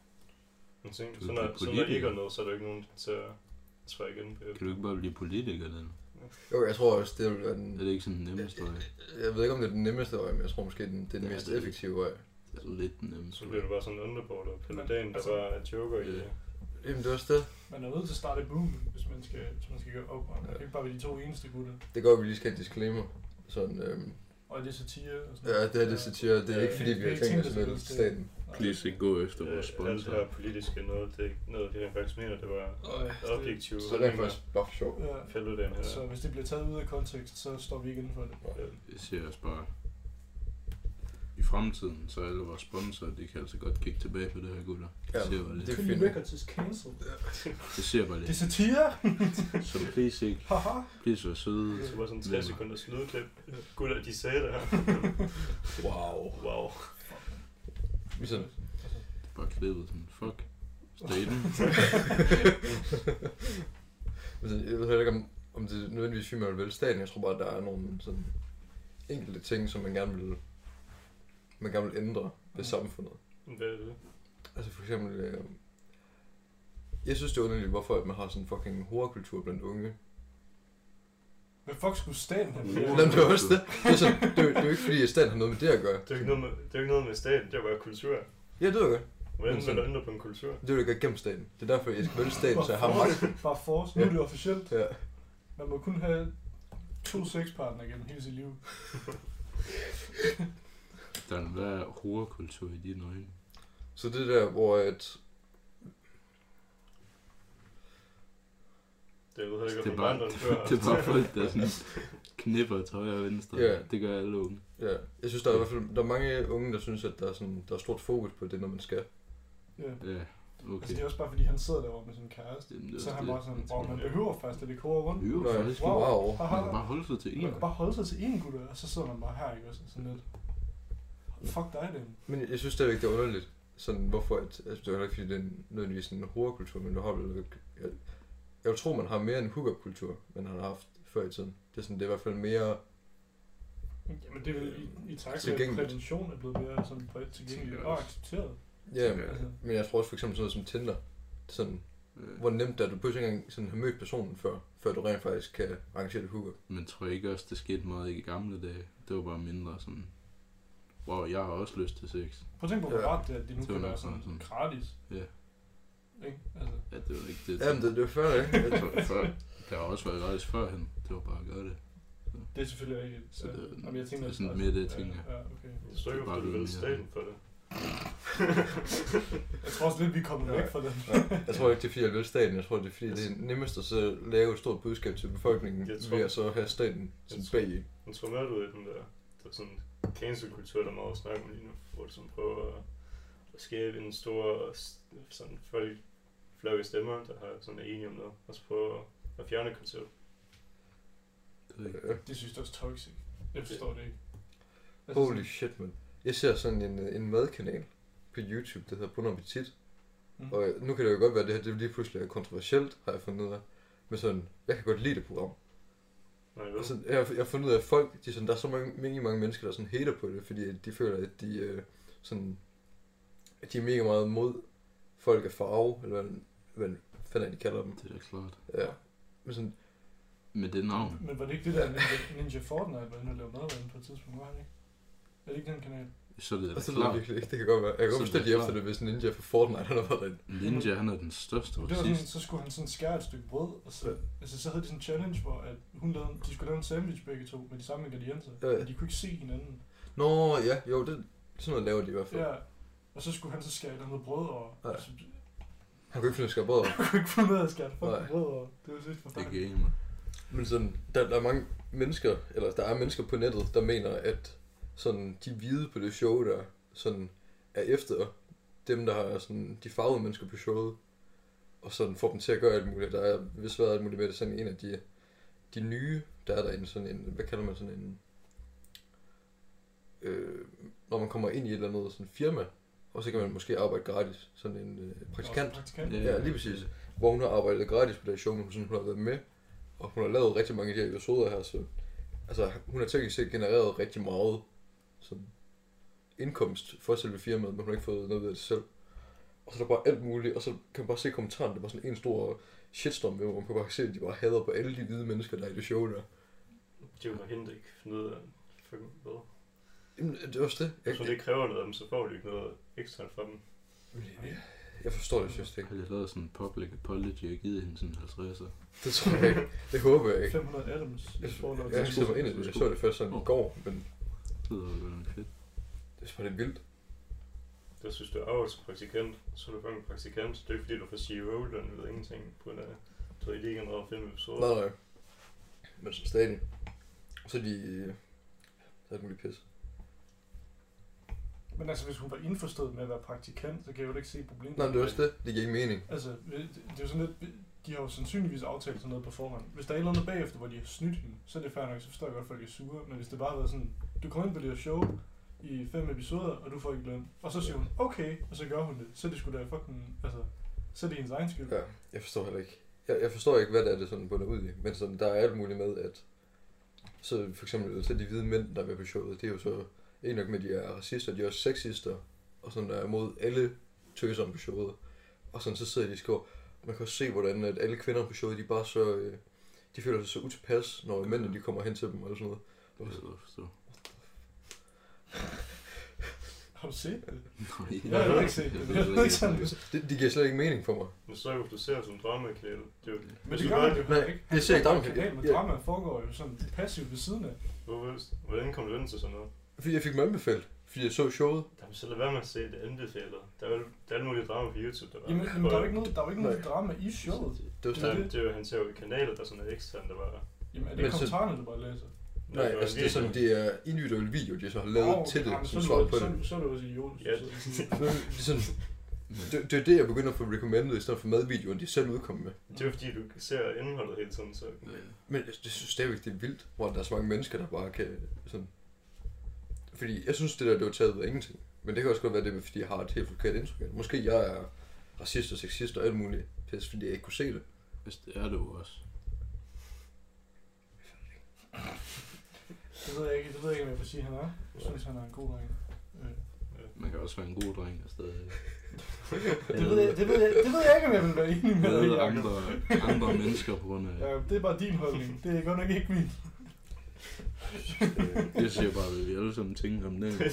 [SPEAKER 4] Men tænk,
[SPEAKER 3] Du
[SPEAKER 4] så
[SPEAKER 3] er
[SPEAKER 4] når,
[SPEAKER 3] ikke
[SPEAKER 4] så når
[SPEAKER 3] politiker.
[SPEAKER 4] ikke er noget, så er der ikke nogen til at trække igen på det.
[SPEAKER 3] Kan du ikke bare blive politiker, den?
[SPEAKER 1] Jo, jeg tror også, det vil være
[SPEAKER 3] Er
[SPEAKER 1] den...
[SPEAKER 3] det ikke sådan den nemmeste vej?
[SPEAKER 1] Jeg ved ikke, om det er den nemmeste vej, men jeg tror måske, den, det er den
[SPEAKER 3] Ja,
[SPEAKER 1] mest
[SPEAKER 3] det er-
[SPEAKER 1] effektive vej.
[SPEAKER 3] Det er lidt den nemmeste
[SPEAKER 4] Så
[SPEAKER 3] vej.
[SPEAKER 4] bliver du bare sådan en underboard og
[SPEAKER 2] Men,
[SPEAKER 4] Paludan, der
[SPEAKER 2] altså-
[SPEAKER 4] bare er joker i
[SPEAKER 3] Ja.
[SPEAKER 4] det.
[SPEAKER 1] Jamen, det er også det.
[SPEAKER 2] Man er nødt til at starte et boom, hvis man skal, hvis man skal gøre oprør. Man kan ikke bare være de to eneste gutter.
[SPEAKER 1] Det går, at vi lige skal have en disclaimer. Sådan, øhm,
[SPEAKER 2] Og er det satire og sådan
[SPEAKER 1] ja,
[SPEAKER 2] noget.
[SPEAKER 1] det er det satire. Det er
[SPEAKER 4] Ja,
[SPEAKER 1] ikke fordi, vi
[SPEAKER 2] det er
[SPEAKER 1] har
[SPEAKER 2] ikke
[SPEAKER 1] tænkt os
[SPEAKER 2] tænkt
[SPEAKER 1] at
[SPEAKER 2] os
[SPEAKER 1] vælge
[SPEAKER 2] at
[SPEAKER 1] staten.
[SPEAKER 2] Nej.
[SPEAKER 3] Please ikke gå efter vores
[SPEAKER 4] Øh, alt
[SPEAKER 3] sponsor.
[SPEAKER 4] det her politiske noget, det er ikke noget, vi rent faktisk mener, det var
[SPEAKER 2] Nej, det-
[SPEAKER 4] objektivt.
[SPEAKER 1] Så det er faktisk bare for sjov.
[SPEAKER 2] Ja.
[SPEAKER 4] Paludan her.
[SPEAKER 2] Så hvis det bliver taget ud af kontekst, så står vi ikke inden for det.
[SPEAKER 3] Jeg siger også bare, i fremtiden, så alle vores sponsorer, de kan altså godt kigge tilbage på det her, gutter. Det
[SPEAKER 1] Ja,
[SPEAKER 3] ser bare lidt.
[SPEAKER 1] det er
[SPEAKER 2] Trinity
[SPEAKER 1] fint.
[SPEAKER 2] Records is cancelled.
[SPEAKER 3] Det ser bare
[SPEAKER 2] Det er
[SPEAKER 3] lidt.
[SPEAKER 2] satire.
[SPEAKER 3] Så please ikke.
[SPEAKER 2] Haha.
[SPEAKER 3] Please være søde.
[SPEAKER 4] Så var sådan en tre sekunders lydklip. Gutter, de sagde det her.
[SPEAKER 1] Wow.
[SPEAKER 4] Wow.
[SPEAKER 1] Vi sådan,
[SPEAKER 3] Bare klippet sådan, fuck. Staten.
[SPEAKER 1] altså, jeg ved heller ikke, om, om det er nødvendigvis fint, man vil vælge staten. Jeg tror bare, at der er nogle sådan enkelte ting, som man gerne vil, man gerne vil ændre ved samfundet.
[SPEAKER 4] Hvad er det?
[SPEAKER 1] Altså for eksempel, øh, jeg synes det er underligt, hvorfor at man har sådan en fucking horrorkultur blandt unge.
[SPEAKER 2] Hvad fuck skulle staten have?
[SPEAKER 3] Uh.
[SPEAKER 1] Jamen, det er også det. Det er, sådan, det, er, jo- det er jo ikke fordi, at staten har noget med det at gøre.
[SPEAKER 4] Det er jo ikke noget med, det er jo ikke noget med staten, det er jo bare kultur.
[SPEAKER 1] Ja, det er jo godt.
[SPEAKER 4] Hvordan
[SPEAKER 1] Men
[SPEAKER 4] vil
[SPEAKER 1] sådan-
[SPEAKER 4] du ændre på en kultur?
[SPEAKER 1] Det er jo ikke gennem staten. Det er derfor, jeg skal vælge staten, så jeg har magt.
[SPEAKER 2] Bare force. Nu er det officielt.
[SPEAKER 1] Ja.
[SPEAKER 2] Man må kun have to sexpartnere gennem hele sit liv.
[SPEAKER 3] Der er en værd horrorkultur i dine øjne.
[SPEAKER 1] Så det der, hvor at...
[SPEAKER 4] Det ved jeg ikke,
[SPEAKER 3] Det er
[SPEAKER 4] om
[SPEAKER 3] bare,
[SPEAKER 4] andre
[SPEAKER 3] det,
[SPEAKER 4] før.
[SPEAKER 3] det er bare folk, der sådan knipper til højre og venstre.
[SPEAKER 1] Ja.
[SPEAKER 3] Det gør alle unge.
[SPEAKER 1] Ja, jeg synes, der er i hvert fald der er mange unge, der synes, at der er, sådan, der er stort fokus på det, når man skal.
[SPEAKER 2] Ja.
[SPEAKER 3] Ja,
[SPEAKER 2] Altså,
[SPEAKER 3] okay.
[SPEAKER 2] det er også bare fordi, han sidder derovre med sin kæreste.
[SPEAKER 3] Jamen, det er
[SPEAKER 2] Så er han
[SPEAKER 3] også
[SPEAKER 2] bare sådan,
[SPEAKER 3] det.
[SPEAKER 2] hvor man behøver faktisk, at det koger rundt.
[SPEAKER 3] Jo,
[SPEAKER 1] Nå,
[SPEAKER 3] faktisk.
[SPEAKER 2] wow.
[SPEAKER 1] Wow.
[SPEAKER 3] Man kan bare holde sig til en.
[SPEAKER 2] Man kan bare holde sig til én gutter, og så sidder man bare her, ikke også? Sådan lidt. Fuck dig, den.
[SPEAKER 1] Men jeg synes stadigvæk, det er underligt. Sådan, hvorfor at, altså, det er jo ikke fordi, det er nødvendigvis en horrorkultur, men du har vel ikke... Jeg, jeg vil tro, man har mere en hookup-kultur, end han har haft før i tiden. Det er sådan, det er i hvert fald mere...
[SPEAKER 2] Jamen det er vel i, i takt til, at
[SPEAKER 1] Tilgængeligt.
[SPEAKER 2] prævention er blevet mere sådan bredt tilgængeligt
[SPEAKER 3] Det er
[SPEAKER 2] og
[SPEAKER 3] også-
[SPEAKER 2] accepteret.
[SPEAKER 1] Ja,
[SPEAKER 3] Ja.
[SPEAKER 2] Altså,
[SPEAKER 1] men jeg tror også for eksempel sådan noget som Tinder. Sådan,
[SPEAKER 3] Øh,
[SPEAKER 1] hvor nemt det er, du behøver ikke engang sådan have mødt personen før, før du rent faktisk kan arrangere det hookup.
[SPEAKER 3] Men tror jeg ikke også, det skete meget i gamle dage? Det var bare mindre sådan... Wow, jeg har også lyst til sex.
[SPEAKER 2] prøv at tænke på, hvor
[SPEAKER 1] Ja.
[SPEAKER 2] rart det er, at det nu
[SPEAKER 3] Det var
[SPEAKER 2] kan
[SPEAKER 3] nok
[SPEAKER 2] være
[SPEAKER 3] sådan-
[SPEAKER 2] sådan
[SPEAKER 3] sådan.
[SPEAKER 2] gratis.
[SPEAKER 3] Ja.
[SPEAKER 2] Ikke? Altså,
[SPEAKER 3] Ja, det var ikke det.
[SPEAKER 1] Jamen, det, det er før, ikke?
[SPEAKER 3] Jeg tror, før, det har også været gratis førhen. Det var bare at gøre det.
[SPEAKER 2] det er selvfølgelig ikke...
[SPEAKER 3] Så
[SPEAKER 2] ja.
[SPEAKER 3] det-
[SPEAKER 2] Jamen, jeg tænker,
[SPEAKER 3] det er sådan
[SPEAKER 2] også-
[SPEAKER 3] mere det, jeg tænker.
[SPEAKER 2] Ja, ja, okay.
[SPEAKER 4] Jeg tror ikke,
[SPEAKER 3] Det er bare
[SPEAKER 4] at du vil
[SPEAKER 3] lidt
[SPEAKER 4] vælge
[SPEAKER 3] mere-
[SPEAKER 4] staten for det.
[SPEAKER 2] Jeg tror også lidt, vi er kommet
[SPEAKER 1] Ja.
[SPEAKER 2] væk fra den.
[SPEAKER 1] Ja, jeg tror ikke, det er fordi, jeg vil staten. Jeg tror, det er fordi, det er nemmest at så lave et stort budskab til befolkningen,
[SPEAKER 4] Jeg tror-
[SPEAKER 1] ved at så have staten sådan
[SPEAKER 4] Jeg tror-
[SPEAKER 1] bag i.
[SPEAKER 4] Jeg tror mere, du er i den der, der er sådan cancel-kultur, der er meget at snakke om lige nu, hvor du sådan prøver at, at skabe en stor sådan folk, flokke stemmer, der har sådan er enige om noget, og så prøve at, at fjerne koncept.
[SPEAKER 3] Det ved jeg ikke.
[SPEAKER 1] Øh,
[SPEAKER 2] Det synes jeg også toxic. Jeg forstår det ikke. Altså,
[SPEAKER 1] Holy shit, man. Jeg ser sådan en, en madkanal på YouTube, der hedder Bon Appetit.
[SPEAKER 2] Mm.
[SPEAKER 1] Og nu kan det jo godt være, at det her det lige pludselig er kontroversielt, har jeg fundet ud af. Men sådan, jeg kan godt lide det program.
[SPEAKER 4] Nej,
[SPEAKER 1] Og
[SPEAKER 4] vel?
[SPEAKER 1] så, jeg, jeg har fundet ud af, at folk, de sådan, der er så mange, mange, mange mennesker, der sådan hater på det, fordi at de føler, at de, øh, sådan, at de er mega meget mod folk af farve, eller hvad, hvad fanden er, de kalder dem.
[SPEAKER 3] Det er da klart.
[SPEAKER 1] Ja. Men sådan,
[SPEAKER 3] Med det navn.
[SPEAKER 2] Men var det ikke det der Ninja, Ninja Fortnite, hvor han lavede madvand på et tidspunkt, var han ikke? Er det ikke den kanal?
[SPEAKER 3] Så er det da
[SPEAKER 1] og så lyder det
[SPEAKER 3] klart.
[SPEAKER 1] virkelig ikke, det kan godt være. Jeg kan
[SPEAKER 3] Så
[SPEAKER 1] godt
[SPEAKER 3] det er
[SPEAKER 1] bestille
[SPEAKER 3] klart.
[SPEAKER 1] efter det, hvis Ninja for Fortnite, han har været derinde.
[SPEAKER 3] Ninja, han er den største
[SPEAKER 2] Det var sådan,
[SPEAKER 3] racist.
[SPEAKER 2] så skulle han sådan skære et stykke brød, og så,
[SPEAKER 1] Ja.
[SPEAKER 2] altså, så havde de sådan en challenge, hvor at hun lavede, de skulle lave en sandwich begge to, med de samme ingredienser,
[SPEAKER 1] Ja.
[SPEAKER 2] men de kunne ikke se hinanden.
[SPEAKER 1] Nå, ja, jo, det, sådan noget laver de i hvert fald.
[SPEAKER 2] Ja, og så skulle han så skære et eller andet brød over,
[SPEAKER 1] Ja.
[SPEAKER 2] og så
[SPEAKER 1] Han kunne ikke finde at skære brød over.
[SPEAKER 2] jeg kunne ikke finde ud af at skære et
[SPEAKER 1] Nej.
[SPEAKER 2] fucking brød over. Det var sygt
[SPEAKER 3] Det
[SPEAKER 2] forfærdeligt.
[SPEAKER 3] er gamer.
[SPEAKER 1] Men sådan, der, der er mange mennesker, eller der er mennesker på nettet, der mener, at sådan, de hvide på det show der, sådan, er efter dem, der har sådan, de farvede mennesker på showet, og sådan får dem til at gøre alt muligt. Der er vist været alt muligt med det, sådan en af de, de nye, der er der en sådan en, hvad kalder man sådan en, øh, når man kommer ind i et eller andet sådan firma, og så kan man måske arbejde gratis, sådan en øh, praktikant.
[SPEAKER 2] Også praktikant.
[SPEAKER 3] Ja.
[SPEAKER 1] Ja, lige præcis. Hvor hun har arbejdet gratis på det show, men hun, sådan, hun har været med, og hun har lavet rigtig mange af de her episoder her, så altså, hun har teknisk set genereret rigtig meget sådan, indkomst for selve firmaet, men hun har ikke fået noget ud af det selv. Og så er der bare alt muligt, og så kan man bare se kommentaren, det er bare sådan en stor shitstorm, hvor man kan bare se, at de bare hader på alle de hvide mennesker, der er i det show der.
[SPEAKER 4] Det er jo bare hende, der ikke finde ud af fucking hvad.
[SPEAKER 1] Jamen, det er også det.
[SPEAKER 4] Hvis hun ikke kræver noget af dem, så får du ikke noget ekstra fra dem.
[SPEAKER 1] Jeg, jeg forstår det just ikke.
[SPEAKER 3] Har jeg lavet sådan en public apology og givet hende sådan halvtredser?
[SPEAKER 1] Det tror jeg ikke. Det håber jeg ikke.
[SPEAKER 2] fem hundrede Adams.
[SPEAKER 1] Jeg,
[SPEAKER 2] i forhold
[SPEAKER 1] jeg,
[SPEAKER 2] til-
[SPEAKER 1] jeg, jeg, ind i det. Jeg så det først sådan i går, men
[SPEAKER 3] Det lyder jo godt nok fedt.
[SPEAKER 1] det er bare lidt vildt.
[SPEAKER 4] Der synes du er arbejde som praktikant, så er du fucking praktikant. Det er ikke fordi, du får C E O-løn eller ingenting på en af, så er det ikke noget fem episoder.
[SPEAKER 1] Nej, nej. Men så stadig. Og så er de... Så er det muligt pis.
[SPEAKER 2] Men altså, hvis hun var indforstået med at være praktikant, så kan jeg jo ikke se problemet.
[SPEAKER 1] Nej, det er også det. Det giver ikke mening.
[SPEAKER 2] Altså, det, det er jo sådan lidt... De har jo sandsynligvis aftalt sådan noget på forhånd. Hvis der er et eller andet bagefter, hvor de har snydt hende, så er det fair nok, så forstår jeg godt, at folk er sure. Men hvis det bare har været sådan, du kommer ind på det her show i fem episoder, og du får ikke løn. Og så siger hun, okay, og så gør hun det. Så er det sgu da fucking, altså, så er det hendes egen skyld.
[SPEAKER 1] Ja, jeg forstår heller ikke. Jeg, jeg forstår ikke, hvad det er, det sådan bunder ud i. Men sådan, der er alt muligt med, at så for eksempel så de hvide mænd, der er med på showet, det er jo så ikke nok med, at de er racister, de er også sexister, og sådan der er imod alle tøserne på showet. Og sådan så sidder de og skriver, man kan også se, hvordan at alle kvinder på showet, de er bare så, øh, de føler sig så utilpas, når mændene de kommer hen til dem, eller sådan noget.
[SPEAKER 3] Det kan jeg forstå.
[SPEAKER 2] Har du set det?
[SPEAKER 3] Nej,
[SPEAKER 2] Jeg har ikke set det. Jeg ved ikke sådan det.
[SPEAKER 1] Det, det giver slet ikke mening for mig.
[SPEAKER 4] Men så er jo, hvis du ser som dramakanal, det er jo...
[SPEAKER 2] Men det gør man jo
[SPEAKER 1] Nej,
[SPEAKER 2] ikke.
[SPEAKER 1] jeg ser ikke
[SPEAKER 2] drama.
[SPEAKER 1] drama-
[SPEAKER 2] Men
[SPEAKER 1] Ja.
[SPEAKER 2] drama foregår jo sådan passivt ved siden af.
[SPEAKER 4] Hvor- Hvordan kom du ind til sådan noget?
[SPEAKER 1] Fordi jeg fik mig anbefalet, fordi jeg så showet.
[SPEAKER 4] Jamen, så lad være med at se det anbefalet. Der er jo der er alle mulige drama på YouTube, der var.
[SPEAKER 2] Jamen, jamen der er jo ikke noget, der er jo ikke noget drama i showet.
[SPEAKER 1] Det var
[SPEAKER 2] Det er
[SPEAKER 1] sådan,
[SPEAKER 2] det.
[SPEAKER 4] Det er jo, han ser jo i kanaler, der sådan er ekstern, der var...
[SPEAKER 2] Jamen, er det
[SPEAKER 1] Men
[SPEAKER 2] ikke
[SPEAKER 1] så-
[SPEAKER 2] kommentarerne, du bare læser?
[SPEAKER 1] nej, altså det er sådan, det er individuelle video, de så har lavet
[SPEAKER 2] Åh,
[SPEAKER 1] til det,
[SPEAKER 2] jamen,
[SPEAKER 1] som
[SPEAKER 2] så,
[SPEAKER 1] svar
[SPEAKER 2] er
[SPEAKER 1] på
[SPEAKER 2] det-
[SPEAKER 1] det.
[SPEAKER 2] så, så er det også idiotisk.
[SPEAKER 4] Ja.
[SPEAKER 2] Så-
[SPEAKER 1] Det er sådan, det, det er det, jeg begynder at få recommended, i stedet for madvideoer, de selv udkommer med.
[SPEAKER 4] Det er jo fordi, du ser indholdet hele tiden, så...
[SPEAKER 1] Men jeg synes stadigvæk, det er vildt, hvor der er så mange mennesker, der bare kan sådan... Fordi jeg synes, det der, det var taget ud af ingenting. Men det kan også godt være, det er, fordi jeg har et helt forkert indtryk af det. Måske jeg er racist og sexist og alt muligt pis, fordi jeg ikke kunne se det.
[SPEAKER 3] Hvis det er det jo også.
[SPEAKER 2] Det ved jeg ikke, det ved jeg ikke, om jeg vil sige, han er. Jeg synes, han er en god dreng. Øh,
[SPEAKER 3] Man kan også være en god dreng og stadig.
[SPEAKER 2] Det ved, jeg, det, ved jeg, det ved jeg ikke, om jeg vil være enig med dig i,
[SPEAKER 3] Med
[SPEAKER 2] Jacob.
[SPEAKER 3] andre, andre mennesker på grund af...
[SPEAKER 2] Ja, det er bare din holdning. Det er godt nok ikke min.
[SPEAKER 3] Jeg siger bare, at vi alle sammen tænker om det.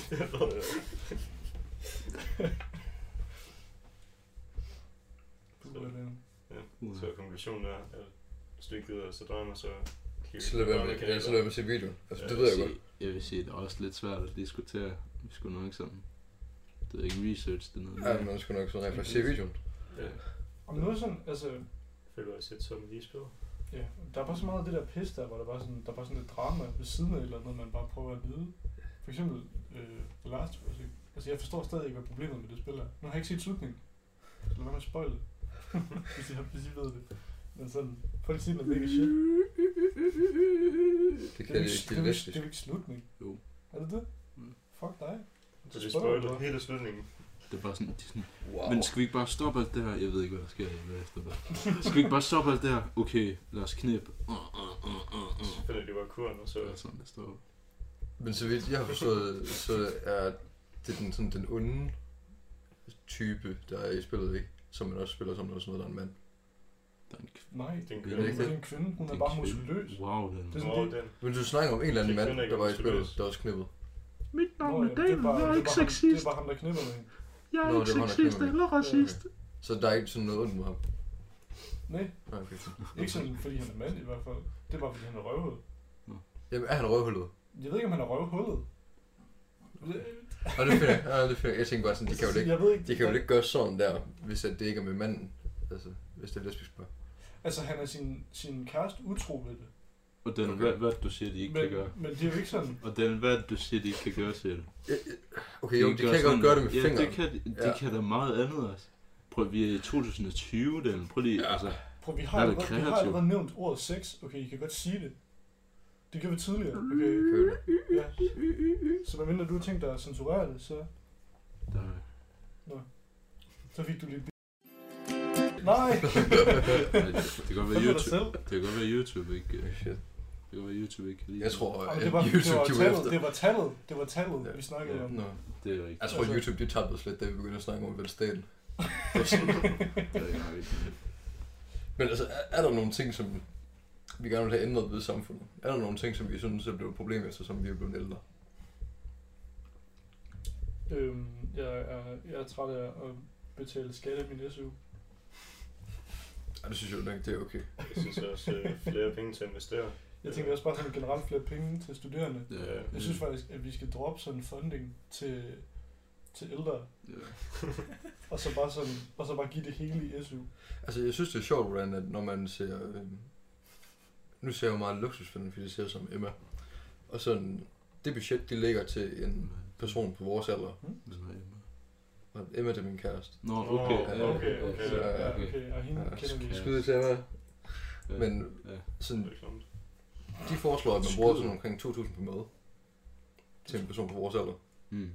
[SPEAKER 4] Så konklusionen er, at hvis du ikke gider at se drama, så...
[SPEAKER 1] Så lad være med, ja, så lad være med at se videoen. Altså, det ved jeg godt.
[SPEAKER 3] Jeg vil sige, det er også lidt svært at diskutere. Vi skulle nok sådan... Det er ikke research, det er noget.
[SPEAKER 1] Ja, men man skulle nok sådan rent faktisk se videoen.
[SPEAKER 4] Ja.
[SPEAKER 2] Og nu er det sådan, altså,
[SPEAKER 4] Jeg føler, at jeg har set som lige spil.
[SPEAKER 2] ja, der er bare så meget af det der pis der, hvor der bare sådan, der er bare sådan et drama ved siden af et eller andet, man bare prøver at vide. For eksempel, øh, The Last of Us, ikke? Altså, jeg forstår stadig ikke, hvad problemet med det spil er. Nu har jeg ikke set slutningen. Så lad være med at spoil det. hvis, I har, hvis I ved det. Men sådan, folk siger, den er mega shit.
[SPEAKER 1] Det
[SPEAKER 2] Det
[SPEAKER 1] kan
[SPEAKER 2] er,
[SPEAKER 1] det
[SPEAKER 2] ikke,
[SPEAKER 1] ikke,
[SPEAKER 2] det,
[SPEAKER 1] det
[SPEAKER 2] er,
[SPEAKER 1] er
[SPEAKER 2] ikke, det
[SPEAKER 1] læstigt.
[SPEAKER 2] er ikke slutning.
[SPEAKER 3] Jo.
[SPEAKER 2] Er det det?
[SPEAKER 3] Mm.
[SPEAKER 2] Fuck dig.
[SPEAKER 4] Så vi
[SPEAKER 2] spoiler
[SPEAKER 4] spoiler
[SPEAKER 2] bare.
[SPEAKER 4] hele slutningen.
[SPEAKER 3] Det er bare sådan, de er sådan
[SPEAKER 1] Wow.
[SPEAKER 3] men skal vi ikke bare stoppe alt det her? Jeg ved ikke, hvad der sker bagefter det. Skal vi ikke bare stoppe alt det her? Okay, lad os knæppe. Uh, uh, uh, uh, uh.
[SPEAKER 4] Så finder de bare kuren, og så...
[SPEAKER 3] Det er sådan, det står.
[SPEAKER 1] Men så vidt jeg har forstået, så er det den, sådan, den onde type, der er i spillet, ikke? Som man også spiller som noget, sådan noget, der er en mand.
[SPEAKER 3] Der er en kv-
[SPEAKER 2] Nej,
[SPEAKER 4] Det er en
[SPEAKER 2] det
[SPEAKER 1] kvinde.
[SPEAKER 2] er, det er en kvinde. Hun
[SPEAKER 3] det
[SPEAKER 2] er
[SPEAKER 3] en
[SPEAKER 2] bare
[SPEAKER 3] kvinde.
[SPEAKER 2] muskuløs.
[SPEAKER 3] Wow, den.
[SPEAKER 2] Det er sådan,
[SPEAKER 4] Nå,
[SPEAKER 2] det-
[SPEAKER 4] den.
[SPEAKER 1] Men du snakker om en eller anden
[SPEAKER 4] Det
[SPEAKER 1] mand,
[SPEAKER 4] kvinder ikke
[SPEAKER 1] der var i
[SPEAKER 4] muskuløs.
[SPEAKER 1] spillet, der også knippede.
[SPEAKER 3] Mit
[SPEAKER 2] Nå, ja, det er bare, det er bare, ham, det er bare ham, der knipper med hende.
[SPEAKER 3] Jeg
[SPEAKER 1] er Nå, ikke det var han, der sexist knipper med.
[SPEAKER 3] eller
[SPEAKER 2] racist.
[SPEAKER 1] Så der er ikke sådan noget ondt med ham.
[SPEAKER 2] Nej,
[SPEAKER 1] Nej, okay.
[SPEAKER 2] ikke sådan, fordi han er mand i hvert fald. Det er bare, fordi han er røvhullet.
[SPEAKER 1] Jamen, er han røvhullet?
[SPEAKER 2] Jeg ved ikke, om han er røvhullet.
[SPEAKER 1] Og det finder jeg. Ja, det finder jeg. Jeg tænker bare sådan, de kan jo ikke,
[SPEAKER 2] Jeg ved ikke,
[SPEAKER 1] de kan jo ikke gøre sådan der, hvis at det ikke er med manden. Altså, hvis det er lesbisk par.
[SPEAKER 2] Altså, han er sin, sin kæreste utro ved det.
[SPEAKER 3] Og den,
[SPEAKER 1] Okay.
[SPEAKER 3] hvad, hvad du siger, de ikke
[SPEAKER 2] Men,
[SPEAKER 3] kan gøre.
[SPEAKER 2] men det er jo ikke sådan.
[SPEAKER 3] Og den, hvad du siger, de ikke kan gøre, siger du.
[SPEAKER 1] Okay, jo, de
[SPEAKER 3] gør
[SPEAKER 1] kan
[SPEAKER 3] sådan-
[SPEAKER 1] godt gøre det med
[SPEAKER 3] ja,
[SPEAKER 1] fingeren.
[SPEAKER 3] det kan, de, de
[SPEAKER 1] Ja.
[SPEAKER 3] kan da meget andet, altså. Prøv, vi er i to tusind og tyve, den. Prøv lige,
[SPEAKER 1] Ja.
[SPEAKER 3] altså.
[SPEAKER 2] Prøv, vi
[SPEAKER 3] Der
[SPEAKER 2] har,
[SPEAKER 3] er det
[SPEAKER 2] allerede, vi har
[SPEAKER 3] kreativt.
[SPEAKER 2] allerede nævnt ordet sex. Okay, I kan godt sige det. Det gjorde vi tidligere. Okay,
[SPEAKER 1] Køber det.
[SPEAKER 2] ja. Så medmindre du har tænkt dig at censurere det, så,
[SPEAKER 3] Der,
[SPEAKER 2] så fik du lidt... Nej!
[SPEAKER 3] det, det kan godt være
[SPEAKER 2] Så er det dig
[SPEAKER 3] YouTube.
[SPEAKER 2] selv.
[SPEAKER 3] Det kan godt være YouTube, ikke?
[SPEAKER 1] Oh, shit.
[SPEAKER 3] Det kan være YouTube, ikke kan lide
[SPEAKER 1] Jeg
[SPEAKER 3] det.
[SPEAKER 1] tror,
[SPEAKER 2] Jamen,
[SPEAKER 1] at
[SPEAKER 2] det, var, det,
[SPEAKER 1] YouTube,
[SPEAKER 2] var
[SPEAKER 1] de var
[SPEAKER 2] tallet,
[SPEAKER 1] efter.
[SPEAKER 2] det var tallet, det var tallet,
[SPEAKER 1] Ja.
[SPEAKER 2] vi snakkede
[SPEAKER 3] Ja.
[SPEAKER 2] om.
[SPEAKER 1] Nå.
[SPEAKER 3] Det er rigtigt.
[SPEAKER 1] Jeg tror,
[SPEAKER 2] Altså-
[SPEAKER 1] YouTube, de tabte slet, da vi begyndte at snakke om velstaten.
[SPEAKER 3] Det er rigtigt.
[SPEAKER 1] Men altså, er, er der nogle ting, som vi gerne vil have ændret ved samfundet? Er der nogle ting, som vi synes er blevet et problem efter, som vi er blevet ældre?
[SPEAKER 2] Øhm, jeg, er, jeg er træt af at betale skat af min S U.
[SPEAKER 1] Ja, det synes jeg jo ikke, det er okay.
[SPEAKER 4] Jeg synes også, øh, flere penge til at investere.
[SPEAKER 2] Jeg tænker også bare sådan generelt flere penge til studerende.
[SPEAKER 3] Ja,
[SPEAKER 2] Jeg synes faktisk, at vi skal droppe sådan funding til, til ældre,
[SPEAKER 3] ja.
[SPEAKER 2] og så bare sådan, og så bare give det hele i S U.
[SPEAKER 1] Altså, jeg synes, det er sjovt, hvordan at når man ser... Øh, nu ser jeg jo meget luksusfilm, fordi det ser som Emma. Og sådan, det budget, de lægger til en person på vores alder.
[SPEAKER 2] Hmm?
[SPEAKER 3] Den er Emma.
[SPEAKER 1] Og Emma, det er min kæreste.
[SPEAKER 3] Nå,
[SPEAKER 4] Nå,
[SPEAKER 3] okay.
[SPEAKER 4] okay,
[SPEAKER 3] ja,
[SPEAKER 4] okay,
[SPEAKER 3] ja,
[SPEAKER 4] okay.
[SPEAKER 3] ja,
[SPEAKER 2] Ja,
[SPEAKER 3] okay.
[SPEAKER 2] okay, og hende
[SPEAKER 1] Ja,
[SPEAKER 2] kender vi.
[SPEAKER 3] ja.
[SPEAKER 1] Skyde til Emma.
[SPEAKER 3] Ja,
[SPEAKER 1] Men
[SPEAKER 3] ja.
[SPEAKER 1] sådan,
[SPEAKER 4] Det er klamt.
[SPEAKER 1] de foreslår, at man bruger sådan omkring to tusind på mad. Til en person på vores alder.
[SPEAKER 3] Mm.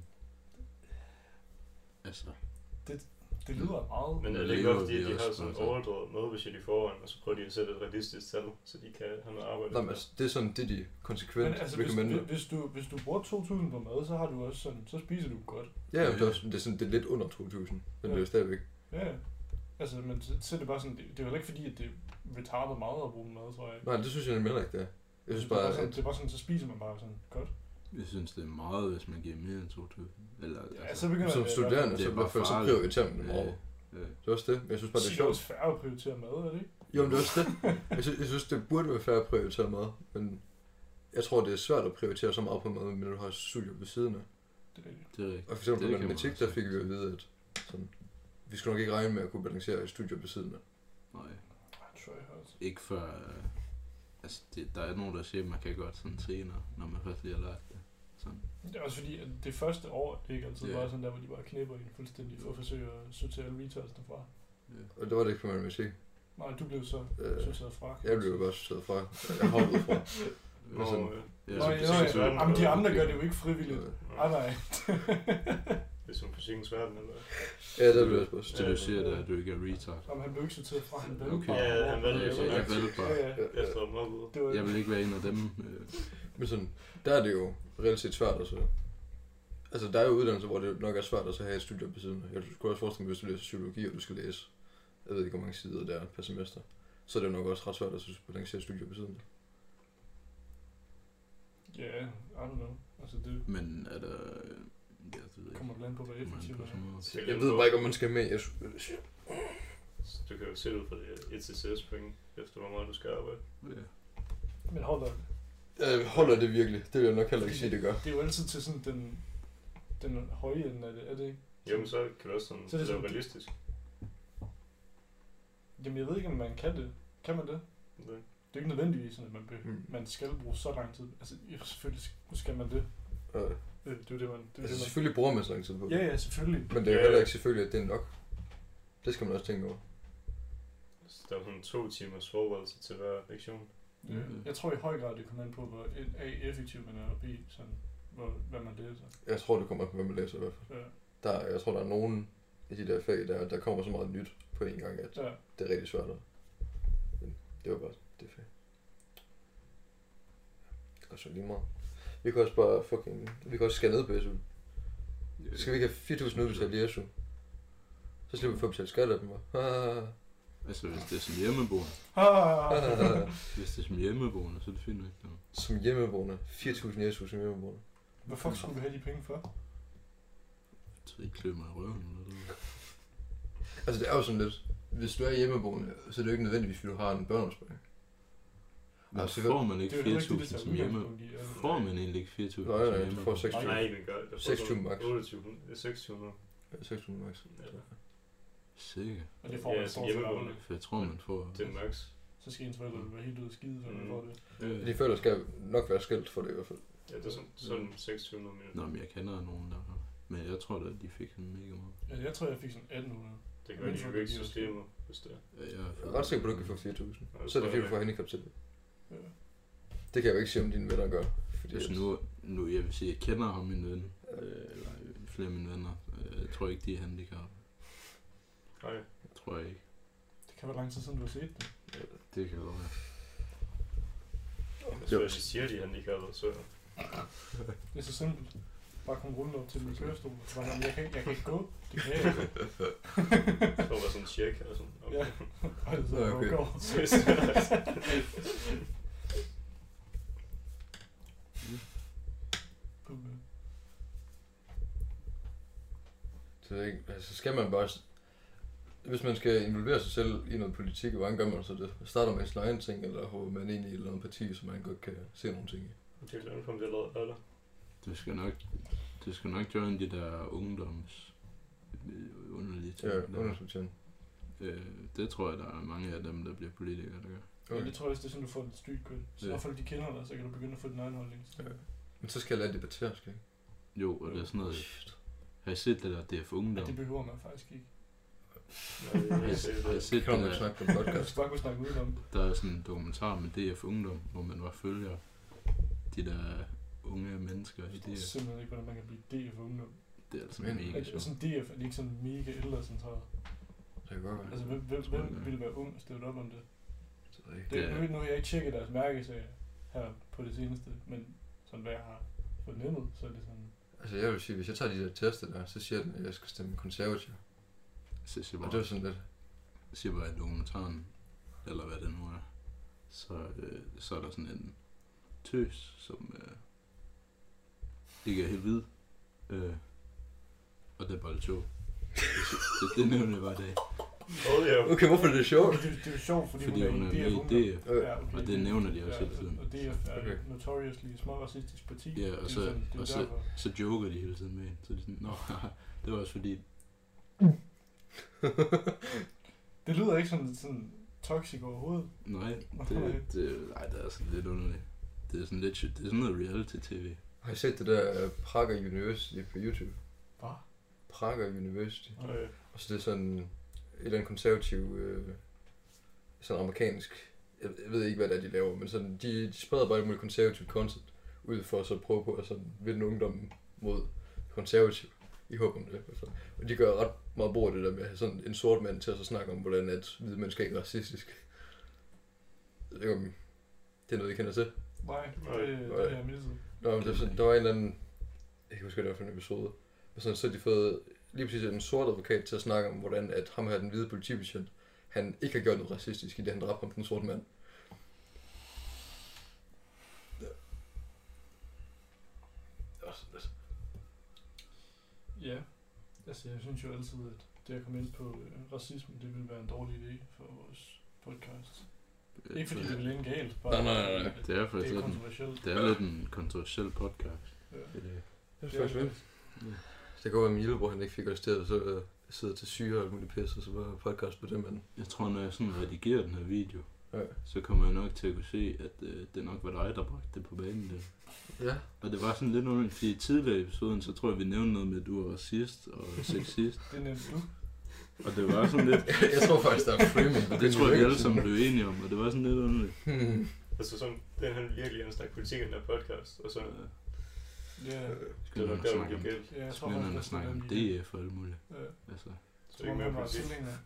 [SPEAKER 3] Altså,
[SPEAKER 2] Det lyder meget.
[SPEAKER 4] Men er
[SPEAKER 3] Men
[SPEAKER 4] det ikke
[SPEAKER 3] lever
[SPEAKER 4] bare fordi,
[SPEAKER 3] vi
[SPEAKER 4] de
[SPEAKER 3] også
[SPEAKER 4] har sådan
[SPEAKER 3] bare så?
[SPEAKER 4] overdrevet madbudget i forvejen, og så prøver de at sætte et realistisk tal, så de kan have noget arbejde.
[SPEAKER 1] Nej, men altså, det er sådan, det de konsekvent
[SPEAKER 2] Men altså, hvis,
[SPEAKER 1] recommender.
[SPEAKER 2] hvis, du, hvis du bruger to tusind på mad, så har du også sådan, så spiser du godt.
[SPEAKER 1] Ja, men det er, også, det er, sådan, det er lidt under to tusind, men
[SPEAKER 2] Ja.
[SPEAKER 1] det er jo stadigvæk.
[SPEAKER 2] Ja, ja. Altså, men så, så er det bare sådan, det, det er jo heller ikke fordi, at det retarder meget at bruge mad, tror jeg ikke.
[SPEAKER 1] Nej, det synes jeg nemlig heller ikke, det er. Jeg synes
[SPEAKER 2] det, er
[SPEAKER 1] bare,
[SPEAKER 2] bare sådan,
[SPEAKER 1] at
[SPEAKER 2] det er bare sådan, så spiser man bare sådan godt.
[SPEAKER 3] jeg synes, det er meget, hvis man giver mere end to tusind. Eller,
[SPEAKER 2] Ja,
[SPEAKER 3] altså,
[SPEAKER 2] så begynder
[SPEAKER 1] som
[SPEAKER 2] det
[SPEAKER 1] studerende,
[SPEAKER 3] det
[SPEAKER 1] så,
[SPEAKER 3] er
[SPEAKER 1] i
[SPEAKER 3] bare
[SPEAKER 1] hvert fald, så
[SPEAKER 3] farligt.
[SPEAKER 1] prioriterer man det meget.
[SPEAKER 3] ja,
[SPEAKER 1] Det er også det, men jeg synes bare, det er
[SPEAKER 2] Det er
[SPEAKER 1] sjovt.
[SPEAKER 2] også færre at prioritere mad, er det ikke?
[SPEAKER 1] Jo, men det er også det. Jeg synes, jeg synes, det burde være færre at prioritere mad, men jeg tror, det er svært at prioritere så meget på mad, men du har studier ved siden af.
[SPEAKER 2] Det er rigtigt.
[SPEAKER 3] det er rigtigt.
[SPEAKER 1] Og for eksempel
[SPEAKER 3] Det
[SPEAKER 1] på
[SPEAKER 3] kan man
[SPEAKER 1] matematik,
[SPEAKER 3] også
[SPEAKER 1] der fik vi at vide, at sådan, vi skulle nok ikke regne med at kunne balancere i studier ved siden af.
[SPEAKER 3] Nej,
[SPEAKER 2] Ah, tror jeg også.
[SPEAKER 3] ikke før... øh, Altså, det, der er nogen, der siger, at man kan godt sådan senere, når man først lige har lært det. Sådan.
[SPEAKER 2] Det er også fordi, at det første år ikke altid
[SPEAKER 3] Ja.
[SPEAKER 2] var sådan der, hvor de bare knipper en fuldstændig for at forsøge at sortere alle retardsene fra.
[SPEAKER 3] Ja.
[SPEAKER 1] Og det var det ikke på matematik.
[SPEAKER 2] Nej, du blev så
[SPEAKER 1] Øh,
[SPEAKER 2] sorteret fra.
[SPEAKER 1] Jeg blev jo bare sorteret fra. Jeg hoppede fra.
[SPEAKER 4] Nå,
[SPEAKER 1] sådan-
[SPEAKER 4] øh,
[SPEAKER 3] Ja,
[SPEAKER 2] Nå,
[SPEAKER 3] så
[SPEAKER 2] ja,
[SPEAKER 3] fysikkens
[SPEAKER 2] ja,
[SPEAKER 3] verden,
[SPEAKER 2] Jamen, de
[SPEAKER 3] og-
[SPEAKER 2] andre gør det jo ikke frivilligt.
[SPEAKER 1] Øh,
[SPEAKER 2] Ah, nej.
[SPEAKER 4] det er som fysikkens verden, eller?
[SPEAKER 1] Ja, der blev jeg også
[SPEAKER 3] Så du siger, at du ikke er retard.
[SPEAKER 2] Jamen, han blev ikke sorteret fra, han valgte
[SPEAKER 3] Okay.
[SPEAKER 2] bare.
[SPEAKER 4] Ja, han valgte
[SPEAKER 3] Ja,
[SPEAKER 4] jo
[SPEAKER 3] så jeg
[SPEAKER 4] så
[SPEAKER 3] valgte bare.
[SPEAKER 2] Ja, ja.
[SPEAKER 4] efter et mobile.
[SPEAKER 2] Det var,
[SPEAKER 3] Jeg vil ikke være en af dem. øh.
[SPEAKER 1] Men sådan, der er det jo reelt set svært at så. Altså, der er jo uddannelser, hvor det nok er svært at så have et studie på siden. Jeg skulle også forestille mig, hvis du læser psykologi, og du skal læse, jeg ved ikke, hvor mange sider der er per semester, så er det jo nok også ret svært at så balancere studier på siden.
[SPEAKER 2] Ja, I don't know. Altså, det
[SPEAKER 3] Men er der... Jeg ved ikke.
[SPEAKER 2] kommer blandt på, hvor
[SPEAKER 3] Kommer an
[SPEAKER 2] effektivt
[SPEAKER 3] på
[SPEAKER 2] det
[SPEAKER 3] så
[SPEAKER 2] er.
[SPEAKER 3] meget.
[SPEAKER 1] Jeg ved bare ikke, om man skal med. Jeg
[SPEAKER 4] Du kan jo se ud fra det E T C S-point, efter hvor meget du skal arbejde.
[SPEAKER 3] Ja.
[SPEAKER 2] Men hold da.
[SPEAKER 1] jeg holder det virkelig. Det vil jeg nok heller ikke sige, det gør.
[SPEAKER 2] Det er jo altid til sådan den, den høje ende af det, er det ikke?
[SPEAKER 4] Jo, men så kan du også sådan
[SPEAKER 2] Så er det
[SPEAKER 4] lave
[SPEAKER 2] sådan-
[SPEAKER 4] realistisk.
[SPEAKER 2] Jamen, jeg ved ikke, om man kan det. Kan man det?
[SPEAKER 4] Det.
[SPEAKER 2] Det er ikke nødvendigvis sådan, at man, be-
[SPEAKER 1] Mm.
[SPEAKER 2] man skal bruge så lang tid. Altså, ja, selvfølgelig skal man det.
[SPEAKER 1] Øh,
[SPEAKER 2] Det, det er jo det, man... Det er
[SPEAKER 1] altså,
[SPEAKER 2] det,
[SPEAKER 1] selvfølgelig bruger man så lang tid på
[SPEAKER 2] man
[SPEAKER 1] det.
[SPEAKER 2] ja, ja, selvfølgelig.
[SPEAKER 1] Men det er jo
[SPEAKER 4] Ja.
[SPEAKER 1] heller ikke selvfølgelig, at det er nok. Det skal man også tænke over.
[SPEAKER 4] Så der er sådan to timers forberedelse til hver lektion.
[SPEAKER 2] Ja. Jeg tror i høj grad, det kommer an på, hvor A, effektiv man er, og B, sådan, hvor, hvad man læser.
[SPEAKER 1] Jeg tror, det kommer an på, hvad man læser i hvert fald.
[SPEAKER 2] Ja.
[SPEAKER 1] Der, jeg tror, der er nogen i de der fag, der, der kommer så meget nyt på en gang, at
[SPEAKER 2] Ja.
[SPEAKER 1] det er rigtig svært. at- Men det var bare det fag. Det går så lige meget. Vi kan også bare fucking... Vi kan også skære ned på S U. Skal vi ikke have fire tusind udbetalt i S U? Så slipper vi for at betale skat af dem. hva'?
[SPEAKER 3] Altså, hvis det er som hjemmeboende,
[SPEAKER 2] Ah,
[SPEAKER 3] hvis det er som hjemmeboende, så er det fint ikke noget.
[SPEAKER 1] Som hjemmeboende. fire tusind i S U som hjemmeboende.
[SPEAKER 2] hvad fuck skulle vi have de penge for?
[SPEAKER 3] Så ikke klø mig i røven eller noget.
[SPEAKER 1] Altså det er jo sådan lidt... Hvis du er hjemmeboende, så er det jo ikke nødvendigvis, fordi du har en børneopsparing.
[SPEAKER 3] Men
[SPEAKER 1] Altså,
[SPEAKER 3] får man
[SPEAKER 2] Det
[SPEAKER 3] ikke
[SPEAKER 2] er jo
[SPEAKER 3] fire
[SPEAKER 2] heller ikke det,
[SPEAKER 3] tusind
[SPEAKER 2] der
[SPEAKER 3] som
[SPEAKER 2] er
[SPEAKER 3] hjemme?
[SPEAKER 2] udgangspunkt i. Altså.
[SPEAKER 3] Får man egentlig ikke fire tusind
[SPEAKER 1] Nej,
[SPEAKER 3] som
[SPEAKER 1] nej, du
[SPEAKER 3] hjemme?
[SPEAKER 1] får seks tusind.
[SPEAKER 4] Nej, men gør det.
[SPEAKER 1] seksogtyve max.
[SPEAKER 4] otteogtyve, seksogtyve.
[SPEAKER 1] seks tusind max.
[SPEAKER 4] Ja.
[SPEAKER 3] Sikkert.
[SPEAKER 2] Og det får man
[SPEAKER 4] Ja,
[SPEAKER 2] ja,
[SPEAKER 4] som
[SPEAKER 2] for
[SPEAKER 4] hjemmeboende.
[SPEAKER 2] arbejde.
[SPEAKER 3] For jeg tror, man får...
[SPEAKER 4] Det er max.
[SPEAKER 2] Så skal ens forældre være helt ude af skide, så man
[SPEAKER 4] Mm.
[SPEAKER 2] får det.
[SPEAKER 3] Øh,
[SPEAKER 1] De forældre skal nok være skilt for det i hvert fald.
[SPEAKER 4] Ja, det er sådan, sådan seksogtyve minutter.
[SPEAKER 3] Nå, men jeg kender nogen, der har. Men jeg tror da, at de fik sådan mega meget.
[SPEAKER 2] Altså, jeg tror, jeg fik sådan atten hundrede.
[SPEAKER 4] Det kan være, de jo ikke systemet, hvis det er.
[SPEAKER 3] Ja, jeg
[SPEAKER 1] Jeg er ret sikker på, at du kan få fire tusind.
[SPEAKER 4] Ja, det
[SPEAKER 1] Så er det
[SPEAKER 4] tror
[SPEAKER 1] fordi,
[SPEAKER 4] jeg
[SPEAKER 1] du får handicap til det.
[SPEAKER 2] Ja.
[SPEAKER 1] Det kan jeg jo ikke sige, om dine venner gør. Fordi
[SPEAKER 3] Altså
[SPEAKER 1] at-
[SPEAKER 3] nu, nu, jeg vil sige, jeg kender ham, min ven. Øh, eller flere af mine venner. Øh, Jeg tror ikke, de er handicappede.
[SPEAKER 4] Nej,
[SPEAKER 3] Jeg tror jeg ikke.
[SPEAKER 2] Det kan være lang tid siden, du har set det.
[SPEAKER 3] Det kan godt være.
[SPEAKER 4] hvis jeg siger, de er handicappede, så...
[SPEAKER 2] Det er så simpelt. Bare komme rundt op til min kørestol. Så bare, "Jamen, jeg kan, ikke- jeg kan ikke gå. Det kan jeg ikke.
[SPEAKER 4] Så var der sådan en check eller sådan. Okay.
[SPEAKER 2] Ja. Ej, det
[SPEAKER 1] Nå,
[SPEAKER 2] så
[SPEAKER 1] okay.
[SPEAKER 2] okay.
[SPEAKER 1] Så det er ikke, altså skal man bare... Hvis man skal involvere sig selv i noget politik, hvordan gør man så det? Starter man sin egen ting, eller hopper man ind i et eller andet parti, som man godt kan se nogle ting i?
[SPEAKER 4] Det er langt om det allerede er der.
[SPEAKER 3] Du skal nok, du skal nok join de der ungdoms øh, underlige ting.
[SPEAKER 1] Ja,
[SPEAKER 3] der.
[SPEAKER 1] undersøgelse.
[SPEAKER 3] Øh, det tror jeg, der er mange af dem, der bliver politikere, der gør.
[SPEAKER 2] Ja,
[SPEAKER 1] Okay.
[SPEAKER 2] det tror jeg også, det er sådan, du får lidt street cred. Så
[SPEAKER 3] Ja.
[SPEAKER 2] når folk de kender dig, så kan du begynde at få din egen holdning. Så.
[SPEAKER 1] Ja. Men så skal jeg lade debattere, skal jeg ikke?
[SPEAKER 3] Jo, og det er sådan noget... Har I set det der D F
[SPEAKER 2] Ja,
[SPEAKER 3] Ungdom?
[SPEAKER 2] det behøver man faktisk ikke.
[SPEAKER 4] Nej, jeg
[SPEAKER 3] Har I-
[SPEAKER 4] har set
[SPEAKER 3] har I
[SPEAKER 4] det.
[SPEAKER 3] set
[SPEAKER 1] Kan
[SPEAKER 3] den
[SPEAKER 1] man
[SPEAKER 3] der?
[SPEAKER 1] snakke på
[SPEAKER 2] Jeg
[SPEAKER 1] podcast?
[SPEAKER 2] skal bare kunne snakke udenom det.
[SPEAKER 3] Der er sådan en dokumentar med D F Ungdom, hvor man bare følger de der unge mennesker i
[SPEAKER 2] Jeg ved
[SPEAKER 3] det.
[SPEAKER 2] simpelthen ikke, hvordan man kan blive D F ungdom.
[SPEAKER 3] Det er altså
[SPEAKER 1] Men-
[SPEAKER 3] mega
[SPEAKER 2] Er, er
[SPEAKER 3] sjovt.
[SPEAKER 2] sådan D F, er det ikke sådan mega ældrecentreret?
[SPEAKER 1] Det kan godt være.
[SPEAKER 2] Altså, hvem, hvem,
[SPEAKER 3] Tror jeg,
[SPEAKER 2] hvem
[SPEAKER 3] ja.
[SPEAKER 2] ville være ung og støtte op om det?
[SPEAKER 1] Det ved jeg ikke.
[SPEAKER 2] Det,
[SPEAKER 3] Det er-
[SPEAKER 2] nu, nu har jeg ikke tjekket deres mærkesager her på det seneste, men sådan hvad jeg har fornemmet, så er det sådan...
[SPEAKER 1] Altså jeg vil sige, hvis jeg tager de der tester der, så siger den, at jeg skal stemme konservativ.
[SPEAKER 3] Så jeg siger
[SPEAKER 1] Og det er
[SPEAKER 3] bare,
[SPEAKER 1] sådan lidt...
[SPEAKER 3] jeg siger bare i dokumentaren, eller hvad det nu er, så, øh, så er der sådan en tøs, som øh, ikke er helt hvid, øh, og det er bare lidt sjovt. Det, det, det nævner jeg bare i dag.
[SPEAKER 4] Oh, ja.
[SPEAKER 1] Okay, hvorfor er det sjovt?
[SPEAKER 2] Det, det er jo sjovt, fordi,
[SPEAKER 3] Fordi hun er med i
[SPEAKER 2] ungdom.
[SPEAKER 3] D F,
[SPEAKER 2] Ja, okay,
[SPEAKER 3] og det nævner de også hele tiden.
[SPEAKER 2] Og D F er
[SPEAKER 1] Okay.
[SPEAKER 2] okay. notoriously små racistisk parti.
[SPEAKER 3] Ja,
[SPEAKER 2] Det er
[SPEAKER 3] og så,
[SPEAKER 2] sådan- det er
[SPEAKER 3] og så,
[SPEAKER 2] derfor.
[SPEAKER 3] så joker de hele tiden med hende. Så er de sådan, nå, det var også fordi,
[SPEAKER 2] Det lyder ikke sådan, sådan toxic overhovedet.
[SPEAKER 3] nej,
[SPEAKER 2] Nej.
[SPEAKER 3] det, det, nej, det er sådan lidt underligt. Det er sådan lidt, det er sådan noget reality-tv.
[SPEAKER 1] Har I set det der uh, Prager University på YouTube?
[SPEAKER 2] Hvad?
[SPEAKER 1] Prager University.
[SPEAKER 4] Okay.
[SPEAKER 1] Og så det er sådan et eller andet konservativ, øh, sådan amerikansk, jeg, jeg ved ikke hvad det er de laver, men sådan, de, de spreder bare et muligt konservativt concept ud for at så prøve på at sådan vinde ungdommen mod konservativ i håb om det. Altså. Og de gør ret meget brug af det der med at have sådan en sort mand til at så snakke om, hvordan at hvide mennesker ikke er racistisk. Jeg ved ikke om det er noget, I kender til.
[SPEAKER 2] Nej,
[SPEAKER 4] Nej.
[SPEAKER 2] det, det har jeg misset.
[SPEAKER 1] Nå, men det var sådan, der var en eller anden, jeg kan huske, hvad det var for en episode, og sådan, så har de fået lige præcis en sort advokat til at snakke om, hvordan at ham her, den hvide politibetjent, han ikke har gjort noget racistisk i det, han dræbte ham, den sorte mand. Ja. Det var sådan lidt.
[SPEAKER 2] Ja, altså jeg synes jo altid, at det at komme ind på øh, racisme, det ville være en dårlig idé for vores podcast. Ikke fordi det vil ende galt, bare
[SPEAKER 1] Nej, nej, nej.
[SPEAKER 2] at
[SPEAKER 3] Det er faktisk
[SPEAKER 2] det er
[SPEAKER 3] lidt en,
[SPEAKER 2] kontroversielt.
[SPEAKER 3] det er lidt en kontroversiel podcast.
[SPEAKER 2] Ja.
[SPEAKER 3] Det er det.
[SPEAKER 1] Det
[SPEAKER 2] Det
[SPEAKER 1] er
[SPEAKER 2] er
[SPEAKER 1] faktisk vildt. Det kan godt være, at min lillebror han ikke fik arresteret, så øh, sidder til syge og alt muligt pisse, og så var podcast på det, men
[SPEAKER 3] Jeg tror, når jeg sådan redigerer den her video,
[SPEAKER 1] ja.
[SPEAKER 3] så kommer jeg nok til at kunne se, at øh, det nok var dig, der bragte det på banen. Det.
[SPEAKER 1] Ja.
[SPEAKER 3] Og det var sådan lidt underligt, fordi i tidligere i episoden, så tror jeg, vi nævnte noget med, at du var racist og sexist.
[SPEAKER 2] Det nævnte du.
[SPEAKER 3] Og det var sådan lidt,
[SPEAKER 1] Jeg tror faktisk, der er framing.
[SPEAKER 3] og det tror jeg, vi alle sammen blev enige om, og det var sådan lidt underligt.
[SPEAKER 1] Hmm.
[SPEAKER 4] Altså sådan, den han virkelig han snakker politik i den her podcast, og så
[SPEAKER 3] Øh,
[SPEAKER 2] Ja,
[SPEAKER 4] det
[SPEAKER 3] Skal
[SPEAKER 4] var
[SPEAKER 3] man
[SPEAKER 4] der, hvor
[SPEAKER 3] snakke
[SPEAKER 4] det
[SPEAKER 3] om,
[SPEAKER 4] gik galt.
[SPEAKER 2] ja jeg tror
[SPEAKER 3] skal man
[SPEAKER 2] faktisk,
[SPEAKER 3] snakke om
[SPEAKER 2] det er den,
[SPEAKER 3] D F og alt muligt.
[SPEAKER 2] Ja,
[SPEAKER 3] Altså,
[SPEAKER 4] Så
[SPEAKER 2] som
[SPEAKER 4] ikke
[SPEAKER 2] om
[SPEAKER 4] mere
[SPEAKER 2] han var
[SPEAKER 4] politik.
[SPEAKER 2] tilhænger.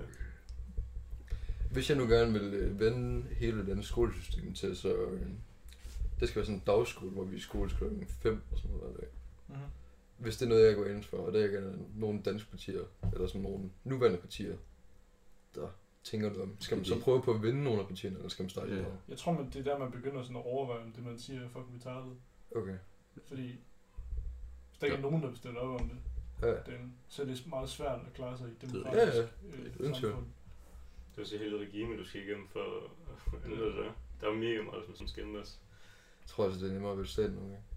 [SPEAKER 1] Hvis jeg nu gerne vil øh, vende hele den skolesystem til, så øh, det skal være sådan en dagskole, hvor vi er i skole til klokken fem og sådan noget hver dag.
[SPEAKER 2] Mhm.
[SPEAKER 1] Hvis det er noget, jeg går ind for, og det er ikke nogle danske partier, eller sådan nogle nuværende partier, der tænker noget om. Skal man så
[SPEAKER 3] Fordi-
[SPEAKER 1] prøve på at vinde nogle af partierne, eller skal man starte
[SPEAKER 3] Ja.
[SPEAKER 1] yeah.
[SPEAKER 2] Jeg tror, man, det er der, man begynder sådan at overveje, om det man siger er fucking retarded.
[SPEAKER 1] Okay.
[SPEAKER 2] Fordi hvis der ikke er nogen, der bestiller op om det,
[SPEAKER 1] Ja.
[SPEAKER 2] den, så er det meget svært at klare sig i et
[SPEAKER 3] Ja,
[SPEAKER 2] demokratisk
[SPEAKER 1] ja.
[SPEAKER 2] øh,
[SPEAKER 1] Uden tvivl.
[SPEAKER 2] samfund.
[SPEAKER 4] Det er så hele regime, du skal igennem for at ændre det der. Der er mega meget, som skal ændres.
[SPEAKER 1] Jeg tror altså, det er nemmere at vælge staten nogle gange.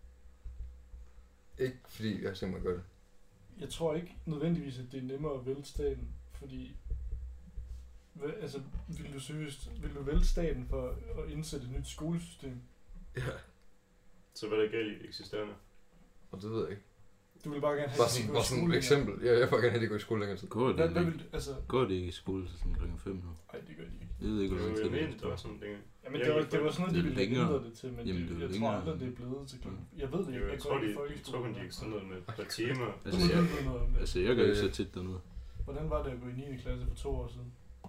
[SPEAKER 1] Ikke fordi jeg har tænkt mig at gøre det.
[SPEAKER 2] Jeg tror ikke nødvendigvis, at det er nemmere at vælge staten, fordi hvad, altså, vil du seriøst, vil du vælge staten for at indsætte et nyt skolesystem?
[SPEAKER 1] Ja.
[SPEAKER 4] Så hvad er der galt i det eksisterende?
[SPEAKER 1] Og det ved jeg ikke.
[SPEAKER 2] Du vil bare gerne have,
[SPEAKER 1] Bare
[SPEAKER 2] at de
[SPEAKER 1] sådan,
[SPEAKER 2] går i
[SPEAKER 1] bare sådan
[SPEAKER 2] skole
[SPEAKER 1] et
[SPEAKER 2] længere.
[SPEAKER 1] eksempel. Ja, jeg vil bare gerne have, at de går i skole længere tid.
[SPEAKER 3] går
[SPEAKER 2] Hvad,
[SPEAKER 3] det,
[SPEAKER 2] hvad
[SPEAKER 3] ikke,
[SPEAKER 2] vil, altså,
[SPEAKER 3] går det ikke i skole til sådan klokken fem nu?
[SPEAKER 2] ej, det gør de ikke.
[SPEAKER 3] Jeg ved ikke, hvor
[SPEAKER 4] Jo,
[SPEAKER 3] lang tid
[SPEAKER 4] jeg
[SPEAKER 3] det
[SPEAKER 4] mener, der var
[SPEAKER 3] er.
[SPEAKER 4] sådan en ting.
[SPEAKER 2] Jamen,
[SPEAKER 4] Jeg
[SPEAKER 2] det var,
[SPEAKER 4] gik
[SPEAKER 2] det var
[SPEAKER 4] på-
[SPEAKER 2] sådan noget,
[SPEAKER 3] Det
[SPEAKER 2] de
[SPEAKER 3] er
[SPEAKER 2] ville
[SPEAKER 3] længere.
[SPEAKER 2] ændre det til, men
[SPEAKER 3] Jamen,
[SPEAKER 2] det,
[SPEAKER 3] det er
[SPEAKER 2] jeg tror
[SPEAKER 3] længere.
[SPEAKER 2] aldrig, det er blevet til klokken. Jeg ved det
[SPEAKER 4] Jo,
[SPEAKER 2] ikke,
[SPEAKER 4] jeg
[SPEAKER 2] jeg
[SPEAKER 4] tror,
[SPEAKER 2] går ikke
[SPEAKER 4] de,
[SPEAKER 2] i
[SPEAKER 4] jeg tror
[SPEAKER 2] folkeskolen.
[SPEAKER 4] kun, de gik sådan noget med et par timer.
[SPEAKER 2] Du
[SPEAKER 3] Altså,
[SPEAKER 2] må
[SPEAKER 3] jeg,
[SPEAKER 2] vide noget om det.
[SPEAKER 3] altså, jeg går ikke så tit dernede.
[SPEAKER 2] Hvordan var det at gå i niende klasse for to år siden?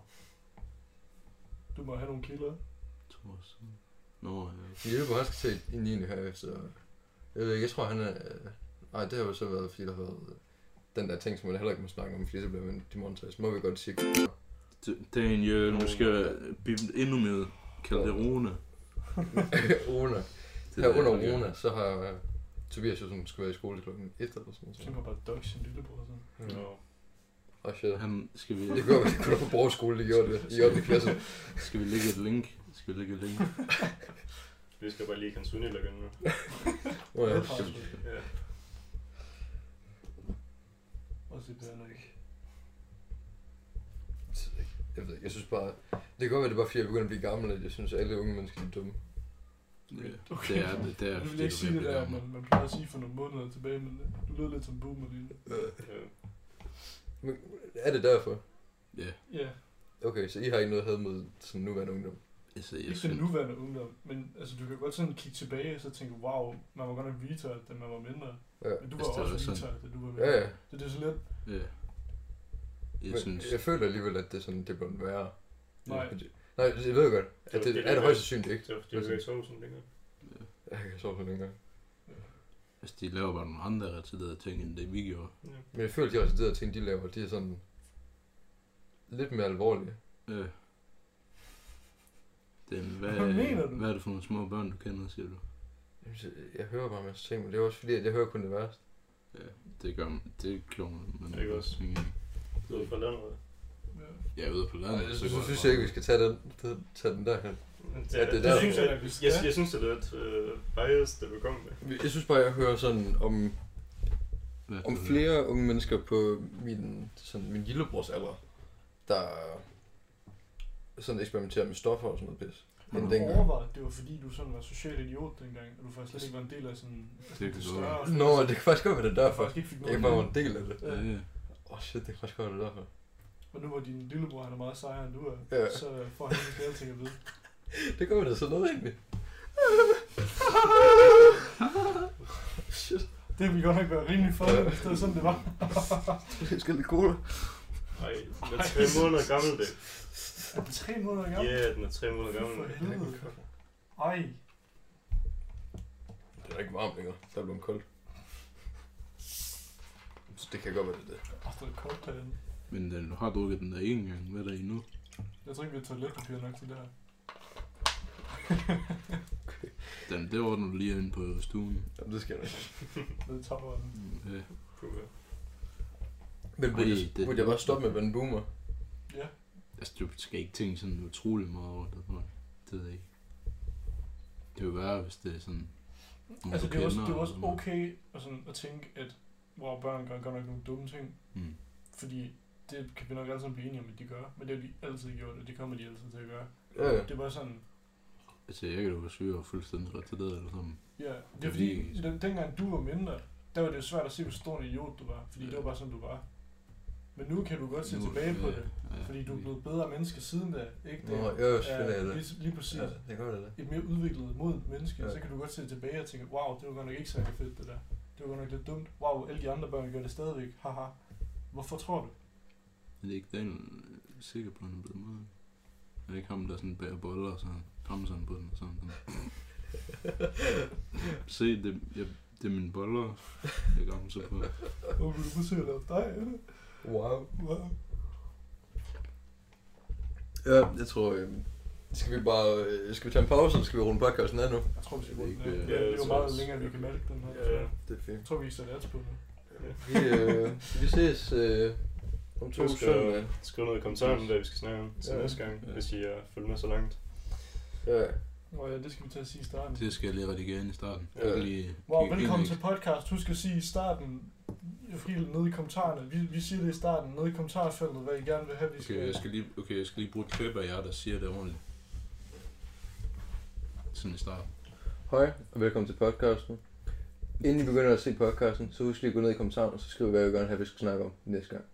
[SPEAKER 2] Du må have nogle kilder.
[SPEAKER 3] To år siden. Nå, ja.
[SPEAKER 1] Min lillebror, han skal til i niende her, så jeg ved ikke, jeg tror han er, øh, nej, det har jo så været, fordi der har været øh, den der ting, som man heller ikke må snakke om, fordi så bliver man demontage. Må vi godt sige.
[SPEAKER 3] Daniel, nu skal jeg blive endnu mere kalde det Rona.
[SPEAKER 1] Rona.
[SPEAKER 3] Det
[SPEAKER 1] Her
[SPEAKER 3] er-
[SPEAKER 1] under
[SPEAKER 3] okay.
[SPEAKER 1] Rona, så har øh, Tobias jo sådan, skulle være i skole klokken et eller sådan
[SPEAKER 2] Jeg tænker
[SPEAKER 1] noget.
[SPEAKER 2] bare dog sin lillebror sådan.
[SPEAKER 1] Ja.
[SPEAKER 4] Nå.
[SPEAKER 1] Og shit.
[SPEAKER 3] Han, skal vi,
[SPEAKER 1] Det gør vi, det kunne på borgerskole, det gjorde det i ottende klasse.
[SPEAKER 3] skal vi lægge et link? Skal vi lægge et link?
[SPEAKER 4] Vi skal bare lige Kansuni logge ind nu.
[SPEAKER 1] Oh, ja.
[SPEAKER 2] Hvad password?
[SPEAKER 4] Ja.
[SPEAKER 2] Og så bliver han ikke.
[SPEAKER 1] Jeg ved ikke, jeg synes bare, det kan godt være, det er bare fordi, jeg begynder at blive gammel, at jeg synes, at alle unge mennesker er dumme.
[SPEAKER 3] Ja,
[SPEAKER 2] Okay.
[SPEAKER 3] det er det. Det er
[SPEAKER 2] Nu vil jeg ikke sige det der, man, man plejer at sige for nogle måneder tilbage, men øh, du lød lidt som boomer lige nu.
[SPEAKER 1] Øh,
[SPEAKER 4] Ja.
[SPEAKER 1] Men er det derfor?
[SPEAKER 3] Ja,
[SPEAKER 2] Ja,
[SPEAKER 1] Okay, så I har ikke noget had mod sådan nuværende ungdom?
[SPEAKER 3] altså jeg
[SPEAKER 2] ikke den
[SPEAKER 3] synes,
[SPEAKER 2] nuværende ungdom, men altså, du kan godt sådan kigge tilbage og så tænke, wow, man var godt nok retard, da man var mindre.
[SPEAKER 1] Ja.
[SPEAKER 2] Men du
[SPEAKER 3] Hvis
[SPEAKER 2] var
[SPEAKER 3] det
[SPEAKER 2] også
[SPEAKER 3] var sådan-
[SPEAKER 2] retard, da du var mindre.
[SPEAKER 1] Ja, ja.
[SPEAKER 2] Så det er så lidt,
[SPEAKER 3] ja. Jeg
[SPEAKER 1] Men
[SPEAKER 3] synes,
[SPEAKER 1] jeg føler alligevel, at det er sådan, det bliver værre.
[SPEAKER 2] nej.
[SPEAKER 1] Fordi- Nej, jeg ved godt, at
[SPEAKER 4] Det var
[SPEAKER 1] det
[SPEAKER 4] fordi,
[SPEAKER 1] er det
[SPEAKER 4] det
[SPEAKER 1] højst
[SPEAKER 4] var-
[SPEAKER 1] sandsynligt ikke.
[SPEAKER 4] Det var fordi, du ikke sove sådan længere.
[SPEAKER 1] Jeg kan sove sådan længere.
[SPEAKER 3] altså, de laver bare nogle andre retarderede ting, end det vi gjorde.
[SPEAKER 4] Ja.
[SPEAKER 1] Men jeg føler, at de retarderede ting, de laver, de er sådan lidt mere alvorlige.
[SPEAKER 3] Ja. Den, hvad,
[SPEAKER 2] Hvad mener du?
[SPEAKER 3] Hvad er det for nogle små børn, du kender, siger du?
[SPEAKER 1] Jamen, så- Jeg hører bare en masse ting, men det er også fordi, at jeg hører kun det værste.
[SPEAKER 3] Ja, det gør man. Det kloger man.
[SPEAKER 4] Det gør også. Du er fra landet.
[SPEAKER 2] Ja.
[SPEAKER 3] Jeg er ude på landet.
[SPEAKER 1] Nej, så,
[SPEAKER 3] går
[SPEAKER 1] så
[SPEAKER 3] det
[SPEAKER 1] synes
[SPEAKER 3] bare.
[SPEAKER 1] jeg ikke, vi skal tage den, tage- tage den derhen.
[SPEAKER 4] Det,
[SPEAKER 1] Ja, det er
[SPEAKER 4] det,
[SPEAKER 1] der.
[SPEAKER 4] det synes jeg,
[SPEAKER 2] at vi
[SPEAKER 4] jeg,
[SPEAKER 2] skal.
[SPEAKER 4] jeg, jeg synes, det er lidt uh, biased, det vil komme med.
[SPEAKER 1] Jeg synes bare, jeg hører sådan om,
[SPEAKER 3] Hvad
[SPEAKER 1] om
[SPEAKER 3] er det?
[SPEAKER 1] flere unge mennesker på min, sådan min lillebrors alder, der sådan eksperimenterer med stoffer og sådan noget pis.
[SPEAKER 2] Har
[SPEAKER 1] End
[SPEAKER 2] du
[SPEAKER 1] dengang.
[SPEAKER 2] overvejet, det var fordi, du sådan var social idiot dengang, og du faktisk slet ikke var en del af sådan
[SPEAKER 3] Det kan
[SPEAKER 2] større...
[SPEAKER 3] godt
[SPEAKER 1] Nå, det kan faktisk godt være det er
[SPEAKER 2] Du
[SPEAKER 1] derfor.
[SPEAKER 2] faktisk ikke fik noget
[SPEAKER 1] Jeg
[SPEAKER 2] med.
[SPEAKER 1] bare var en del af det.
[SPEAKER 3] Ja,
[SPEAKER 2] Ja.
[SPEAKER 3] ja.
[SPEAKER 1] Åh oh shit, det kan faktisk godt være det er derfor.
[SPEAKER 2] Og nu hvor din lillebror han er meget sejere end du er,
[SPEAKER 1] Ja.
[SPEAKER 2] så får han ikke flere ting at vide.
[SPEAKER 1] Det gør det sådan noget egentlig. Shit.
[SPEAKER 2] Det ville godt nok være rimelig for
[SPEAKER 1] Ja.
[SPEAKER 2] hvis det var sådan, det var.
[SPEAKER 1] Jeg skal lidt cola.
[SPEAKER 4] Ej, den er tre måneder gammel, det.
[SPEAKER 2] Er den tre måneder
[SPEAKER 4] Ja,
[SPEAKER 2] gammel?
[SPEAKER 4] yeah, den er tre måneder gammel.
[SPEAKER 2] For helvede. Ej.
[SPEAKER 1] Det er ikke varmt længere. Der er blevet koldt. Så det kan godt være det. det.
[SPEAKER 2] Åh, det er koldt derinde.
[SPEAKER 3] Men den, du har drukket den der en gang. Hvad er der i nu?
[SPEAKER 2] Jeg tror ikke, vi har toiletpapir nok til det her.
[SPEAKER 3] Den, det ordner du lige ind på stuen.
[SPEAKER 1] Jamen, det skal jeg ikke.
[SPEAKER 2] Nede i topperen.
[SPEAKER 3] Ja.
[SPEAKER 4] Puh,
[SPEAKER 1] Men
[SPEAKER 3] Ej,
[SPEAKER 1] burde,
[SPEAKER 3] det-
[SPEAKER 1] jeg, burde jeg bare stoppe med at være en boomer?
[SPEAKER 2] Ja.
[SPEAKER 3] Altså, du skal ikke tænke sådan utrolig meget over det, tror jeg. Det ved jeg ikke. Det vil være, hvis det er sådan... nogen,
[SPEAKER 2] Altså,
[SPEAKER 3] du
[SPEAKER 2] det er også,
[SPEAKER 3] kender
[SPEAKER 2] det er
[SPEAKER 3] og
[SPEAKER 2] også
[SPEAKER 3] sådan noget.
[SPEAKER 2] okay at, sådan, at tænke, at wow, børn gør godt nok nogle dumme ting.
[SPEAKER 3] Mm.
[SPEAKER 2] Fordi det kan vi nok alle sammen blive enige om, at de gør. Men det har de altid gjort, og det kommer de altid til at gøre.
[SPEAKER 1] Ja, ja.
[SPEAKER 2] Det er bare sådan,
[SPEAKER 3] Altså, jeg kan da være syg og fuldstændig retarderet eller sådan.
[SPEAKER 2] ja. Det
[SPEAKER 3] Det
[SPEAKER 2] er
[SPEAKER 3] er
[SPEAKER 2] fordi,
[SPEAKER 3] fordi-
[SPEAKER 2] den, dengang du var mindre, der var det jo svært at se, hvor stor en idiot du var. Fordi
[SPEAKER 3] Ja.
[SPEAKER 2] det var bare sådan, du var. Men nu kan du godt se
[SPEAKER 3] Nu-
[SPEAKER 2] tilbage på
[SPEAKER 3] ja,
[SPEAKER 2] det.
[SPEAKER 3] ja,
[SPEAKER 2] Fordi du er
[SPEAKER 3] fordi-
[SPEAKER 2] blevet bedre menneske siden da. Ikke det?
[SPEAKER 1] Nå, jo, selvfølgelig er det.
[SPEAKER 2] lige, lige præcis.
[SPEAKER 1] Ja, det gør det da.
[SPEAKER 2] Et mere udviklet, modent menneske,
[SPEAKER 1] Ja.
[SPEAKER 2] så kan du godt se tilbage og tænke, wow, det var godt nok ikke særlig fedt det der. Det var godt nok lidt dumt. Wow, alle de andre børn gør det stadigvæk. Haha. Hvorfor tror du?
[SPEAKER 3] Men det er ikke Daniel sikker på, at han er blevet måde. Er det ikke ham, der sådan bærer boller og så krammer sådan på den og sådan. sådan. Se, det, jeg, det er mine boller, jeg krammer så på.
[SPEAKER 2] Hvor vil du prøve at lave dig, eller?
[SPEAKER 1] Wow.
[SPEAKER 2] Wow.
[SPEAKER 1] Ja, jeg tror, øh, skal vi bare, øh, skal vi tage en pause, eller skal vi runde podcasten af nu?
[SPEAKER 2] Jeg tror, vi skal
[SPEAKER 3] Jeg ved
[SPEAKER 2] bruge den.
[SPEAKER 3] ikke,
[SPEAKER 2] her.
[SPEAKER 3] øh,
[SPEAKER 2] Det er
[SPEAKER 4] jeg
[SPEAKER 2] jo
[SPEAKER 4] tror
[SPEAKER 2] meget
[SPEAKER 4] også-
[SPEAKER 2] længere, vi kan mælke den her.
[SPEAKER 4] Ja,
[SPEAKER 2] så
[SPEAKER 1] Det er fint.
[SPEAKER 2] Jeg tror, vi sætter ads på nu.
[SPEAKER 1] Vi, øh, vi ses øh, om to
[SPEAKER 4] Du
[SPEAKER 1] søndag.
[SPEAKER 4] skal skrive noget i kommentaren, hvad vi skal snakke om til
[SPEAKER 1] Ja.
[SPEAKER 4] næste gang,
[SPEAKER 3] Ja.
[SPEAKER 4] hvis I er følger med så langt.
[SPEAKER 1] Ja.
[SPEAKER 2] Nå ja, det skal vi tage at sige i starten.
[SPEAKER 3] Det skal jeg lige redigere ind i starten.
[SPEAKER 1] Ja.
[SPEAKER 3] Jeg kan lige
[SPEAKER 2] Wow,
[SPEAKER 3] kigge
[SPEAKER 2] velkommen
[SPEAKER 3] ind i-
[SPEAKER 2] til podcast. Husk at sige i starten, helt nede i kommentarerne. Vi, vi siger det i starten, nede i kommentarfeltet, hvad I gerne vil have, vi skal.
[SPEAKER 3] Okay, jeg skal lige, okay, jeg skal lige bruge et klip af jer, der siger det ordentligt. Sådan i starten.
[SPEAKER 1] Hej, og velkommen til podcasten. Inden I begynder at se podcasten, så husk lige at gå ned i kommentarerne, og så skriv, hvad I gerne vil have, vi skal snakke om næste gang.